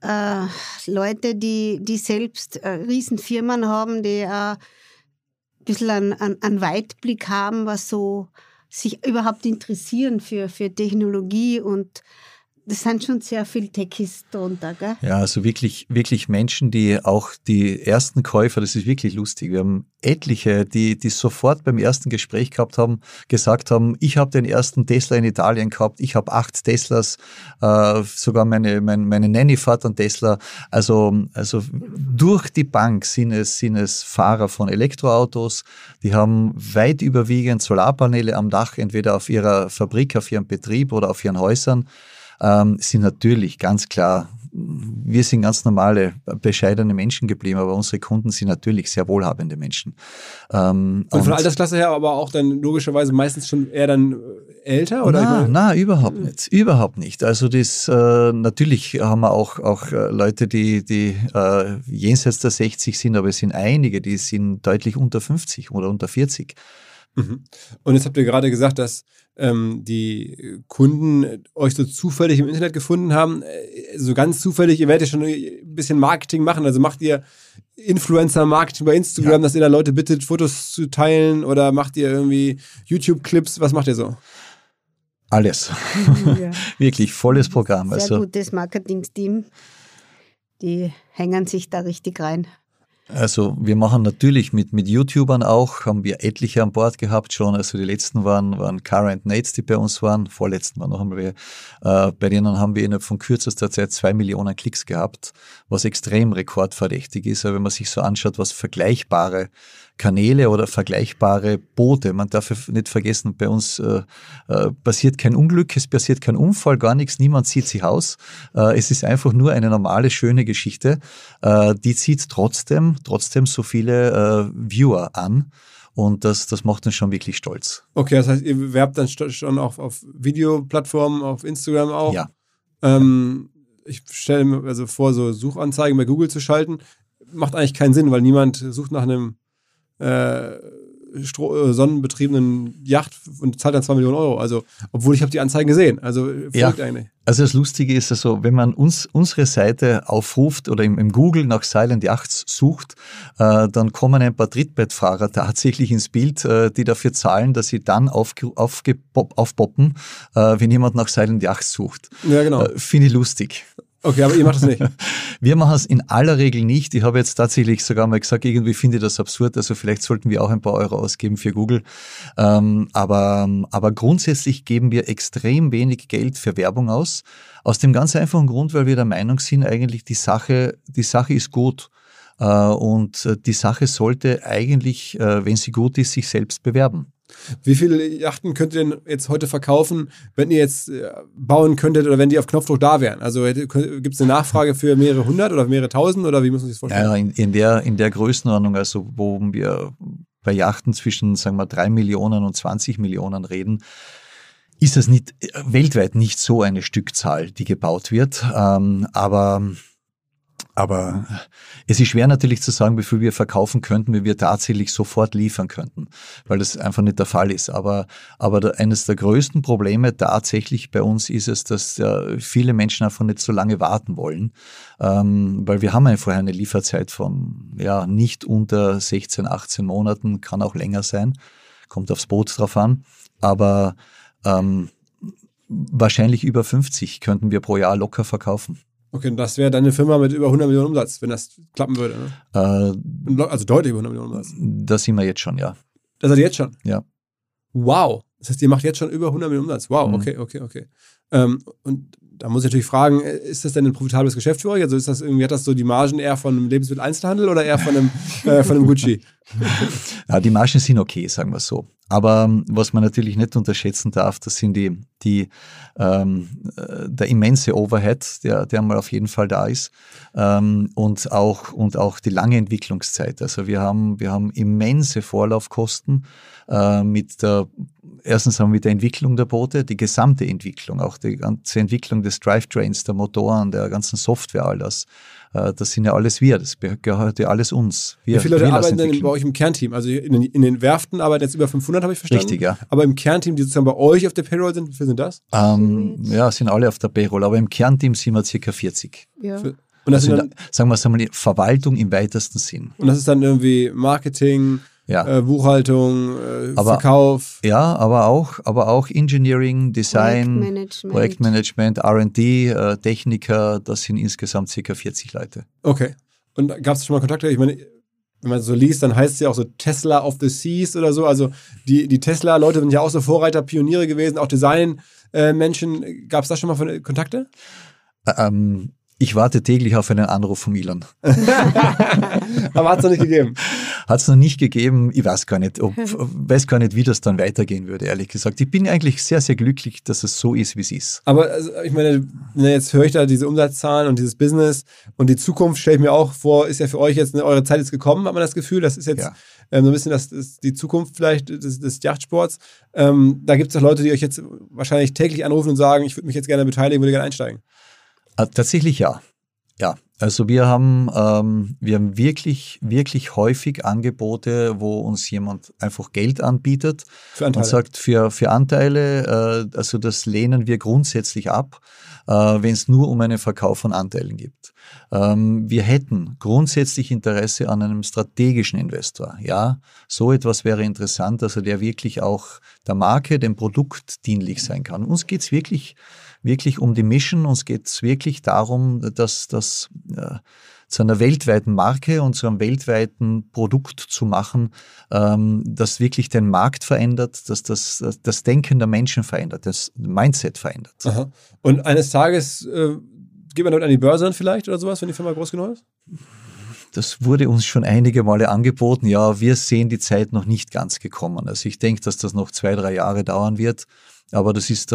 Leute, die selbst Riesenfirmen haben, die ein bisschen einen Weitblick haben, was so sich überhaupt interessieren für Technologie, und das sind schon sehr viele Techies darunter, gell? Ja, also wirklich Menschen, die auch die ersten Käufer, das ist wirklich lustig. Wir haben etliche, die sofort beim ersten Gespräch gesagt haben, ich habe den ersten Tesla in Italien gehabt, ich habe 8 Teslas, sogar meine Nanny fährt einen Tesla. Also durch die Bank sind es Fahrer von Elektroautos, die haben weit überwiegend Solarpaneele am Dach, entweder auf ihrer Fabrik, auf ihrem Betrieb oder auf ihren Häusern. Sind natürlich ganz klar, wir sind ganz normale, bescheidene Menschen geblieben, aber unsere Kunden sind natürlich sehr wohlhabende Menschen. Und von der Altersklasse her aber auch dann logischerweise meistens schon eher dann älter? Oder? Na, überhaupt nicht. Also das, natürlich haben wir auch Leute, die jenseits der 60 sind, aber es sind einige, die sind deutlich unter 50 oder unter 40. Mhm. Und jetzt habt ihr gerade gesagt, dass die Kunden euch so zufällig im Internet gefunden haben. So ganz zufällig, ihr werdet ja schon ein bisschen Marketing machen. Also macht ihr Influencer-Marketing bei Instagram, dass ihr da Leute bittet, Fotos zu teilen, oder macht ihr irgendwie YouTube-Clips? Was macht ihr so? Alles. Ja. Wirklich volles Programm. Sehr gutes Marketing-Team. Die hängen sich da richtig rein. Also wir machen natürlich mit YouTubern auch, haben wir etliche an Bord gehabt schon. Also die letzten waren Cara und Nates, die bei uns waren. Vorletzten waren noch einmal bei denen haben wir innerhalb von kürzester Zeit 2 Millionen Klicks gehabt, was extrem rekordverdächtig ist. Aber wenn man sich so anschaut, was vergleichbare Kanäle oder vergleichbare Boote, man darf nicht vergessen, bei uns passiert kein Unglück, es passiert kein Unfall, gar nichts, niemand zieht sich aus. Es ist einfach nur eine normale, schöne Geschichte. Die zieht trotzdem so viele Viewer an. Und das macht uns schon wirklich stolz. Okay, das heißt, ihr werbt dann schon auf Videoplattformen, auf Instagram auch? Ja. Ich stelle mir also vor, so Suchanzeigen bei Google zu schalten, macht eigentlich keinen Sinn, weil niemand sucht nach einem sonnenbetriebenen Yacht und zahlt dann 2 Millionen Euro. Also, obwohl ich habe die Anzeigen gesehen. Also folgt eigentlich. Also das Lustige ist also, wenn man unsere Seite aufruft oder im Google nach Silent Yachts sucht, dann kommen ein paar Trittbettfahrer tatsächlich ins Bild, die dafür zahlen, dass sie dann aufpoppen, wenn jemand nach Silent Yachts sucht. Ja, genau. Finde ich lustig. Okay, aber ihr macht das nicht. Wir machen es in aller Regel nicht. Ich habe jetzt tatsächlich sogar mal gesagt, irgendwie finde ich das absurd. Also vielleicht sollten wir auch ein paar Euro ausgeben für Google. Aber grundsätzlich geben wir extrem wenig Geld für Werbung aus. Aus dem ganz einfachen Grund, weil wir der Meinung sind, eigentlich die Sache ist gut. Und die Sache sollte eigentlich, wenn sie gut ist, sich selbst bewerben. Wie viele Yachten könnt ihr denn jetzt heute verkaufen, wenn ihr jetzt bauen könntet oder wenn die auf Knopfdruck da wären? Also gibt es eine Nachfrage für mehrere hundert oder mehrere tausend oder wie muss man sich das vorstellen? Ja, in der Größenordnung, also wo wir bei Yachten zwischen, sagen wir, 3 Millionen und 20 Millionen reden, ist das nicht weltweit nicht so eine Stückzahl, die gebaut wird. Aber es ist schwer natürlich zu sagen, wie viel wir verkaufen könnten, wie wir tatsächlich sofort liefern könnten, weil das einfach nicht der Fall ist. Aber eines der größten Probleme tatsächlich bei uns ist es, dass viele Menschen einfach nicht so lange warten wollen, weil wir haben einfach eine Lieferzeit von nicht unter 16, 18 Monaten, kann auch länger sein, kommt aufs Boot drauf an, aber wahrscheinlich über 50 könnten wir pro Jahr locker verkaufen. Okay, das wäre deine Firma mit über 100 Millionen Umsatz, wenn das klappen würde, ne? Also deutlich über 100 Millionen Umsatz. Das sind wir jetzt schon, ja. Das seid ihr jetzt schon? Ja. Wow. Das heißt, ihr macht jetzt schon über 100 Millionen Umsatz. Wow, okay. Und da muss ich natürlich fragen, ist das denn ein profitables Geschäft für euch? Also hat das so die Margen eher von einem Lebensmitteleinzelhandel oder eher von einem Gucci? Ja, die Margen sind okay, sagen wir so. Aber was man natürlich nicht unterschätzen darf, das sind der immense Overhead, der mal auf jeden Fall da ist, und auch die lange Entwicklungszeit. Also wir haben immense Vorlaufkosten erstens haben wir mit der Entwicklung der Boote, die gesamte Entwicklung, auch die ganze Entwicklung des Drivetrains, der Motoren, der ganzen Software, all das. Das sind ja alles das gehört ja alles uns. Wie viele Leute arbeiten denn bei euch im Kernteam? Also in den Werften arbeiten jetzt über 500, habe ich verstanden? Richtig, ja. Aber im Kernteam, die sozusagen bei euch auf der Payroll sind, wie viele sind das? Sind alle auf der Payroll, aber im Kernteam sind wir ca. 40. Ja. Und das sind dann, sagen wir Verwaltung im weitesten Sinn. Und das ist dann irgendwie Marketing, Buchhaltung, Verkauf. Ja, aber auch Engineering, Design, Projektmanagement, R&D, Techniker, das sind insgesamt ca. 40 Leute. Okay. Und gab es schon mal Kontakte? Ich meine, wenn man so liest, dann heißt es ja auch so Tesla of the Seas oder so. Also die Tesla-Leute sind ja auch so Vorreiter, Pioniere gewesen, auch Design-Menschen. Gab es da schon mal Kontakte? Ich warte täglich auf einen Anruf von Elon. Aber hat es noch nicht gegeben? Hat es noch nicht gegeben. Ich weiß gar nicht, wie das dann weitergehen würde, ehrlich gesagt. Ich bin eigentlich sehr, sehr glücklich, dass es so ist, wie es ist. Aber also, ich meine, jetzt höre ich da diese Umsatzzahlen und dieses Business und die Zukunft stelle ich mir auch vor, ist ja für euch jetzt, eure Zeit ist gekommen, hat man das Gefühl, das ist jetzt so ein bisschen die Zukunft vielleicht des Yachtsports. Da gibt es doch Leute, die euch jetzt wahrscheinlich täglich anrufen und sagen, ich würde mich jetzt gerne beteiligen, würde gerne einsteigen. Tatsächlich ja. Ja, also wir haben wirklich, wirklich häufig Angebote, wo uns jemand einfach Geld anbietet und sagt, für Anteile, also das lehnen wir grundsätzlich ab, wenn es nur um einen Verkauf von Anteilen geht. Wir hätten grundsätzlich Interesse an einem strategischen Investor. Ja, so etwas wäre interessant, also der wirklich auch der Marke, dem Produkt dienlich sein kann. Uns geht es wirklich um die Mission. Uns geht es wirklich darum, dass das zu einer weltweiten Marke und zu einem weltweiten Produkt zu machen, das wirklich den Markt verändert, dass das Denken der Menschen verändert, das Mindset verändert. Aha. Und eines Tages geht man damit an die Börse dann vielleicht oder sowas, wenn die Firma groß genug ist? Das wurde uns schon einige Male angeboten. Ja, wir sehen die Zeit noch nicht ganz gekommen. Also ich denke, dass das noch 2-3 Jahre dauern wird. Aber das ist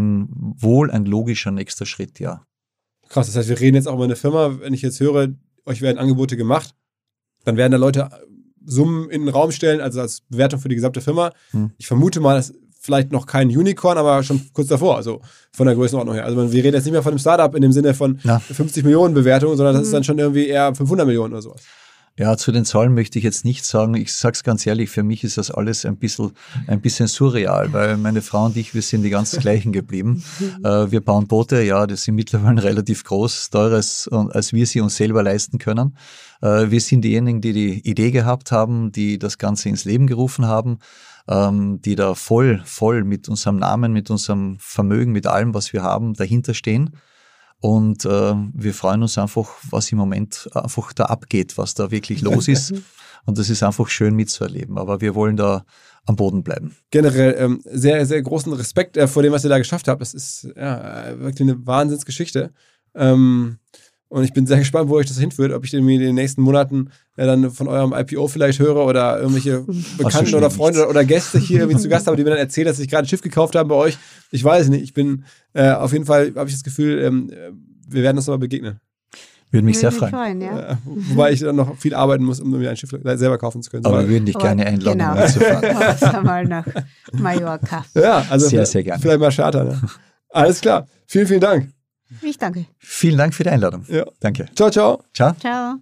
wohl ein logischer nächster Schritt, ja. Krass, das heißt, wir reden jetzt auch über eine Firma, wenn ich jetzt höre, euch werden Angebote gemacht, dann werden da Leute Summen in den Raum stellen, also als Bewertung für die gesamte Firma. Ich vermute mal, das ist vielleicht noch kein Unicorn, aber schon kurz davor, also von der Größenordnung her. Also wir reden jetzt nicht mehr von einem Startup in dem Sinne von 50 Millionen Bewertungen, sondern das ist dann schon irgendwie eher 500 Millionen oder sowas. Ja, zu den Zahlen möchte ich jetzt nichts sagen. Ich sage es ganz ehrlich, für mich ist das alles ein bisschen surreal, weil meine Frau und ich, wir sind die ganz gleichen geblieben. Wir bauen Boote, ja, die sind mittlerweile relativ groß, teures, als wir sie uns selber leisten können. Wir sind diejenigen, die die Idee gehabt haben, die das Ganze ins Leben gerufen haben, die da voll mit unserem Namen, mit unserem Vermögen, mit allem, was wir haben, dahinter stehen. Und wir freuen uns einfach, was im Moment einfach da abgeht, was da wirklich los ist. Und das ist einfach schön mitzuerleben. Aber wir wollen da am Boden bleiben. Generell sehr, sehr großen Respekt vor dem, was ihr da geschafft habt. Das ist wirklich eine Wahnsinnsgeschichte. Und ich bin sehr gespannt, wo euch das hinführt, ob ich mir in den nächsten Monaten dann von eurem IPO vielleicht höre oder irgendwelche Bekannten oder Freunde oder Gäste hier irgendwie zu Gast habe, die mir dann erzählen, dass sie sich gerade ein Schiff gekauft haben bei euch. Ich weiß es nicht. Ich bin auf jeden Fall, habe ich das Gefühl, wir werden uns nochmal begegnen. Würde mich sehr freuen. Ja. Wobei ich dann noch viel arbeiten muss, um mir ein Schiff selber kaufen zu können. Aber wir würden dich gerne einladen, genau. mitzufahren. Mal nach Mallorca. Ja, also sehr, sehr gerne. Vielleicht mal chartern. Ne? Alles klar. Vielen, vielen Dank. Ich danke. Vielen Dank für die Einladung. Ja. Danke. Ciao, ciao. Ciao. Ciao.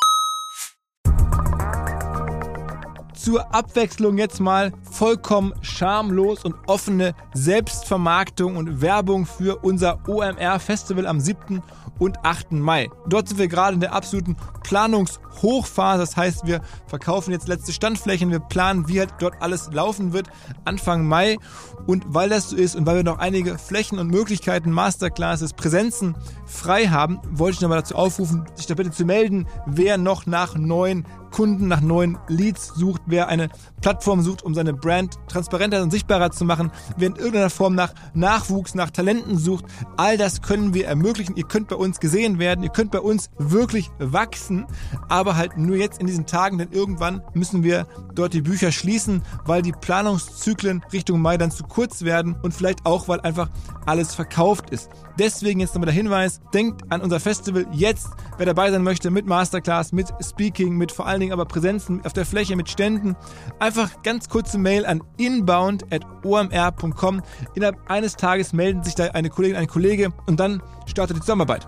Zur Abwechslung jetzt mal vollkommen schamlos und offene Selbstvermarktung und Werbung für unser OMR-Festival am 7. und 8. Mai. Dort sind wir gerade in der absoluten Planungshochphase. Das heißt, wir verkaufen jetzt letzte Standflächen. Wir planen, wie halt dort alles laufen wird Anfang Mai. Und weil das so ist und weil wir noch einige Flächen und Möglichkeiten, Masterclasses, Präsenzen frei haben, wollte ich nochmal dazu aufrufen, sich da bitte zu melden, wer noch nach neuen Kunden, nach neuen Leads sucht, wer eine Plattform sucht, um seine Brand transparenter und sichtbarer zu machen, wer in irgendeiner Form nach Nachwuchs, nach Talenten sucht. All das können wir ermöglichen. Ihr könnt bei uns gesehen werden, ihr könnt bei uns wirklich wachsen, aber halt nur jetzt in diesen Tagen, denn irgendwann müssen wir dort die Bücher schließen, weil die Planungszyklen Richtung Mai dann zu kurz werden und vielleicht auch, weil einfach alles verkauft ist. Deswegen jetzt nochmal der Hinweis, denkt an unser Festival jetzt, wer dabei sein möchte, mit Masterclass, mit Speaking, mit vor allen Dingen aber Präsenzen auf der Fläche, mit Ständen. Einfach ganz kurze Mail an inbound@omr.com. Innerhalb eines Tages melden sich da eine Kollegin, ein Kollege und dann startet die Zusammenarbeit.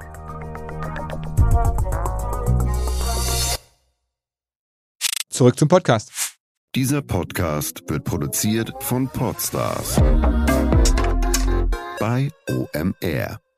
Zurück zum Podcast. Dieser Podcast wird produziert von Podstars bei OMR.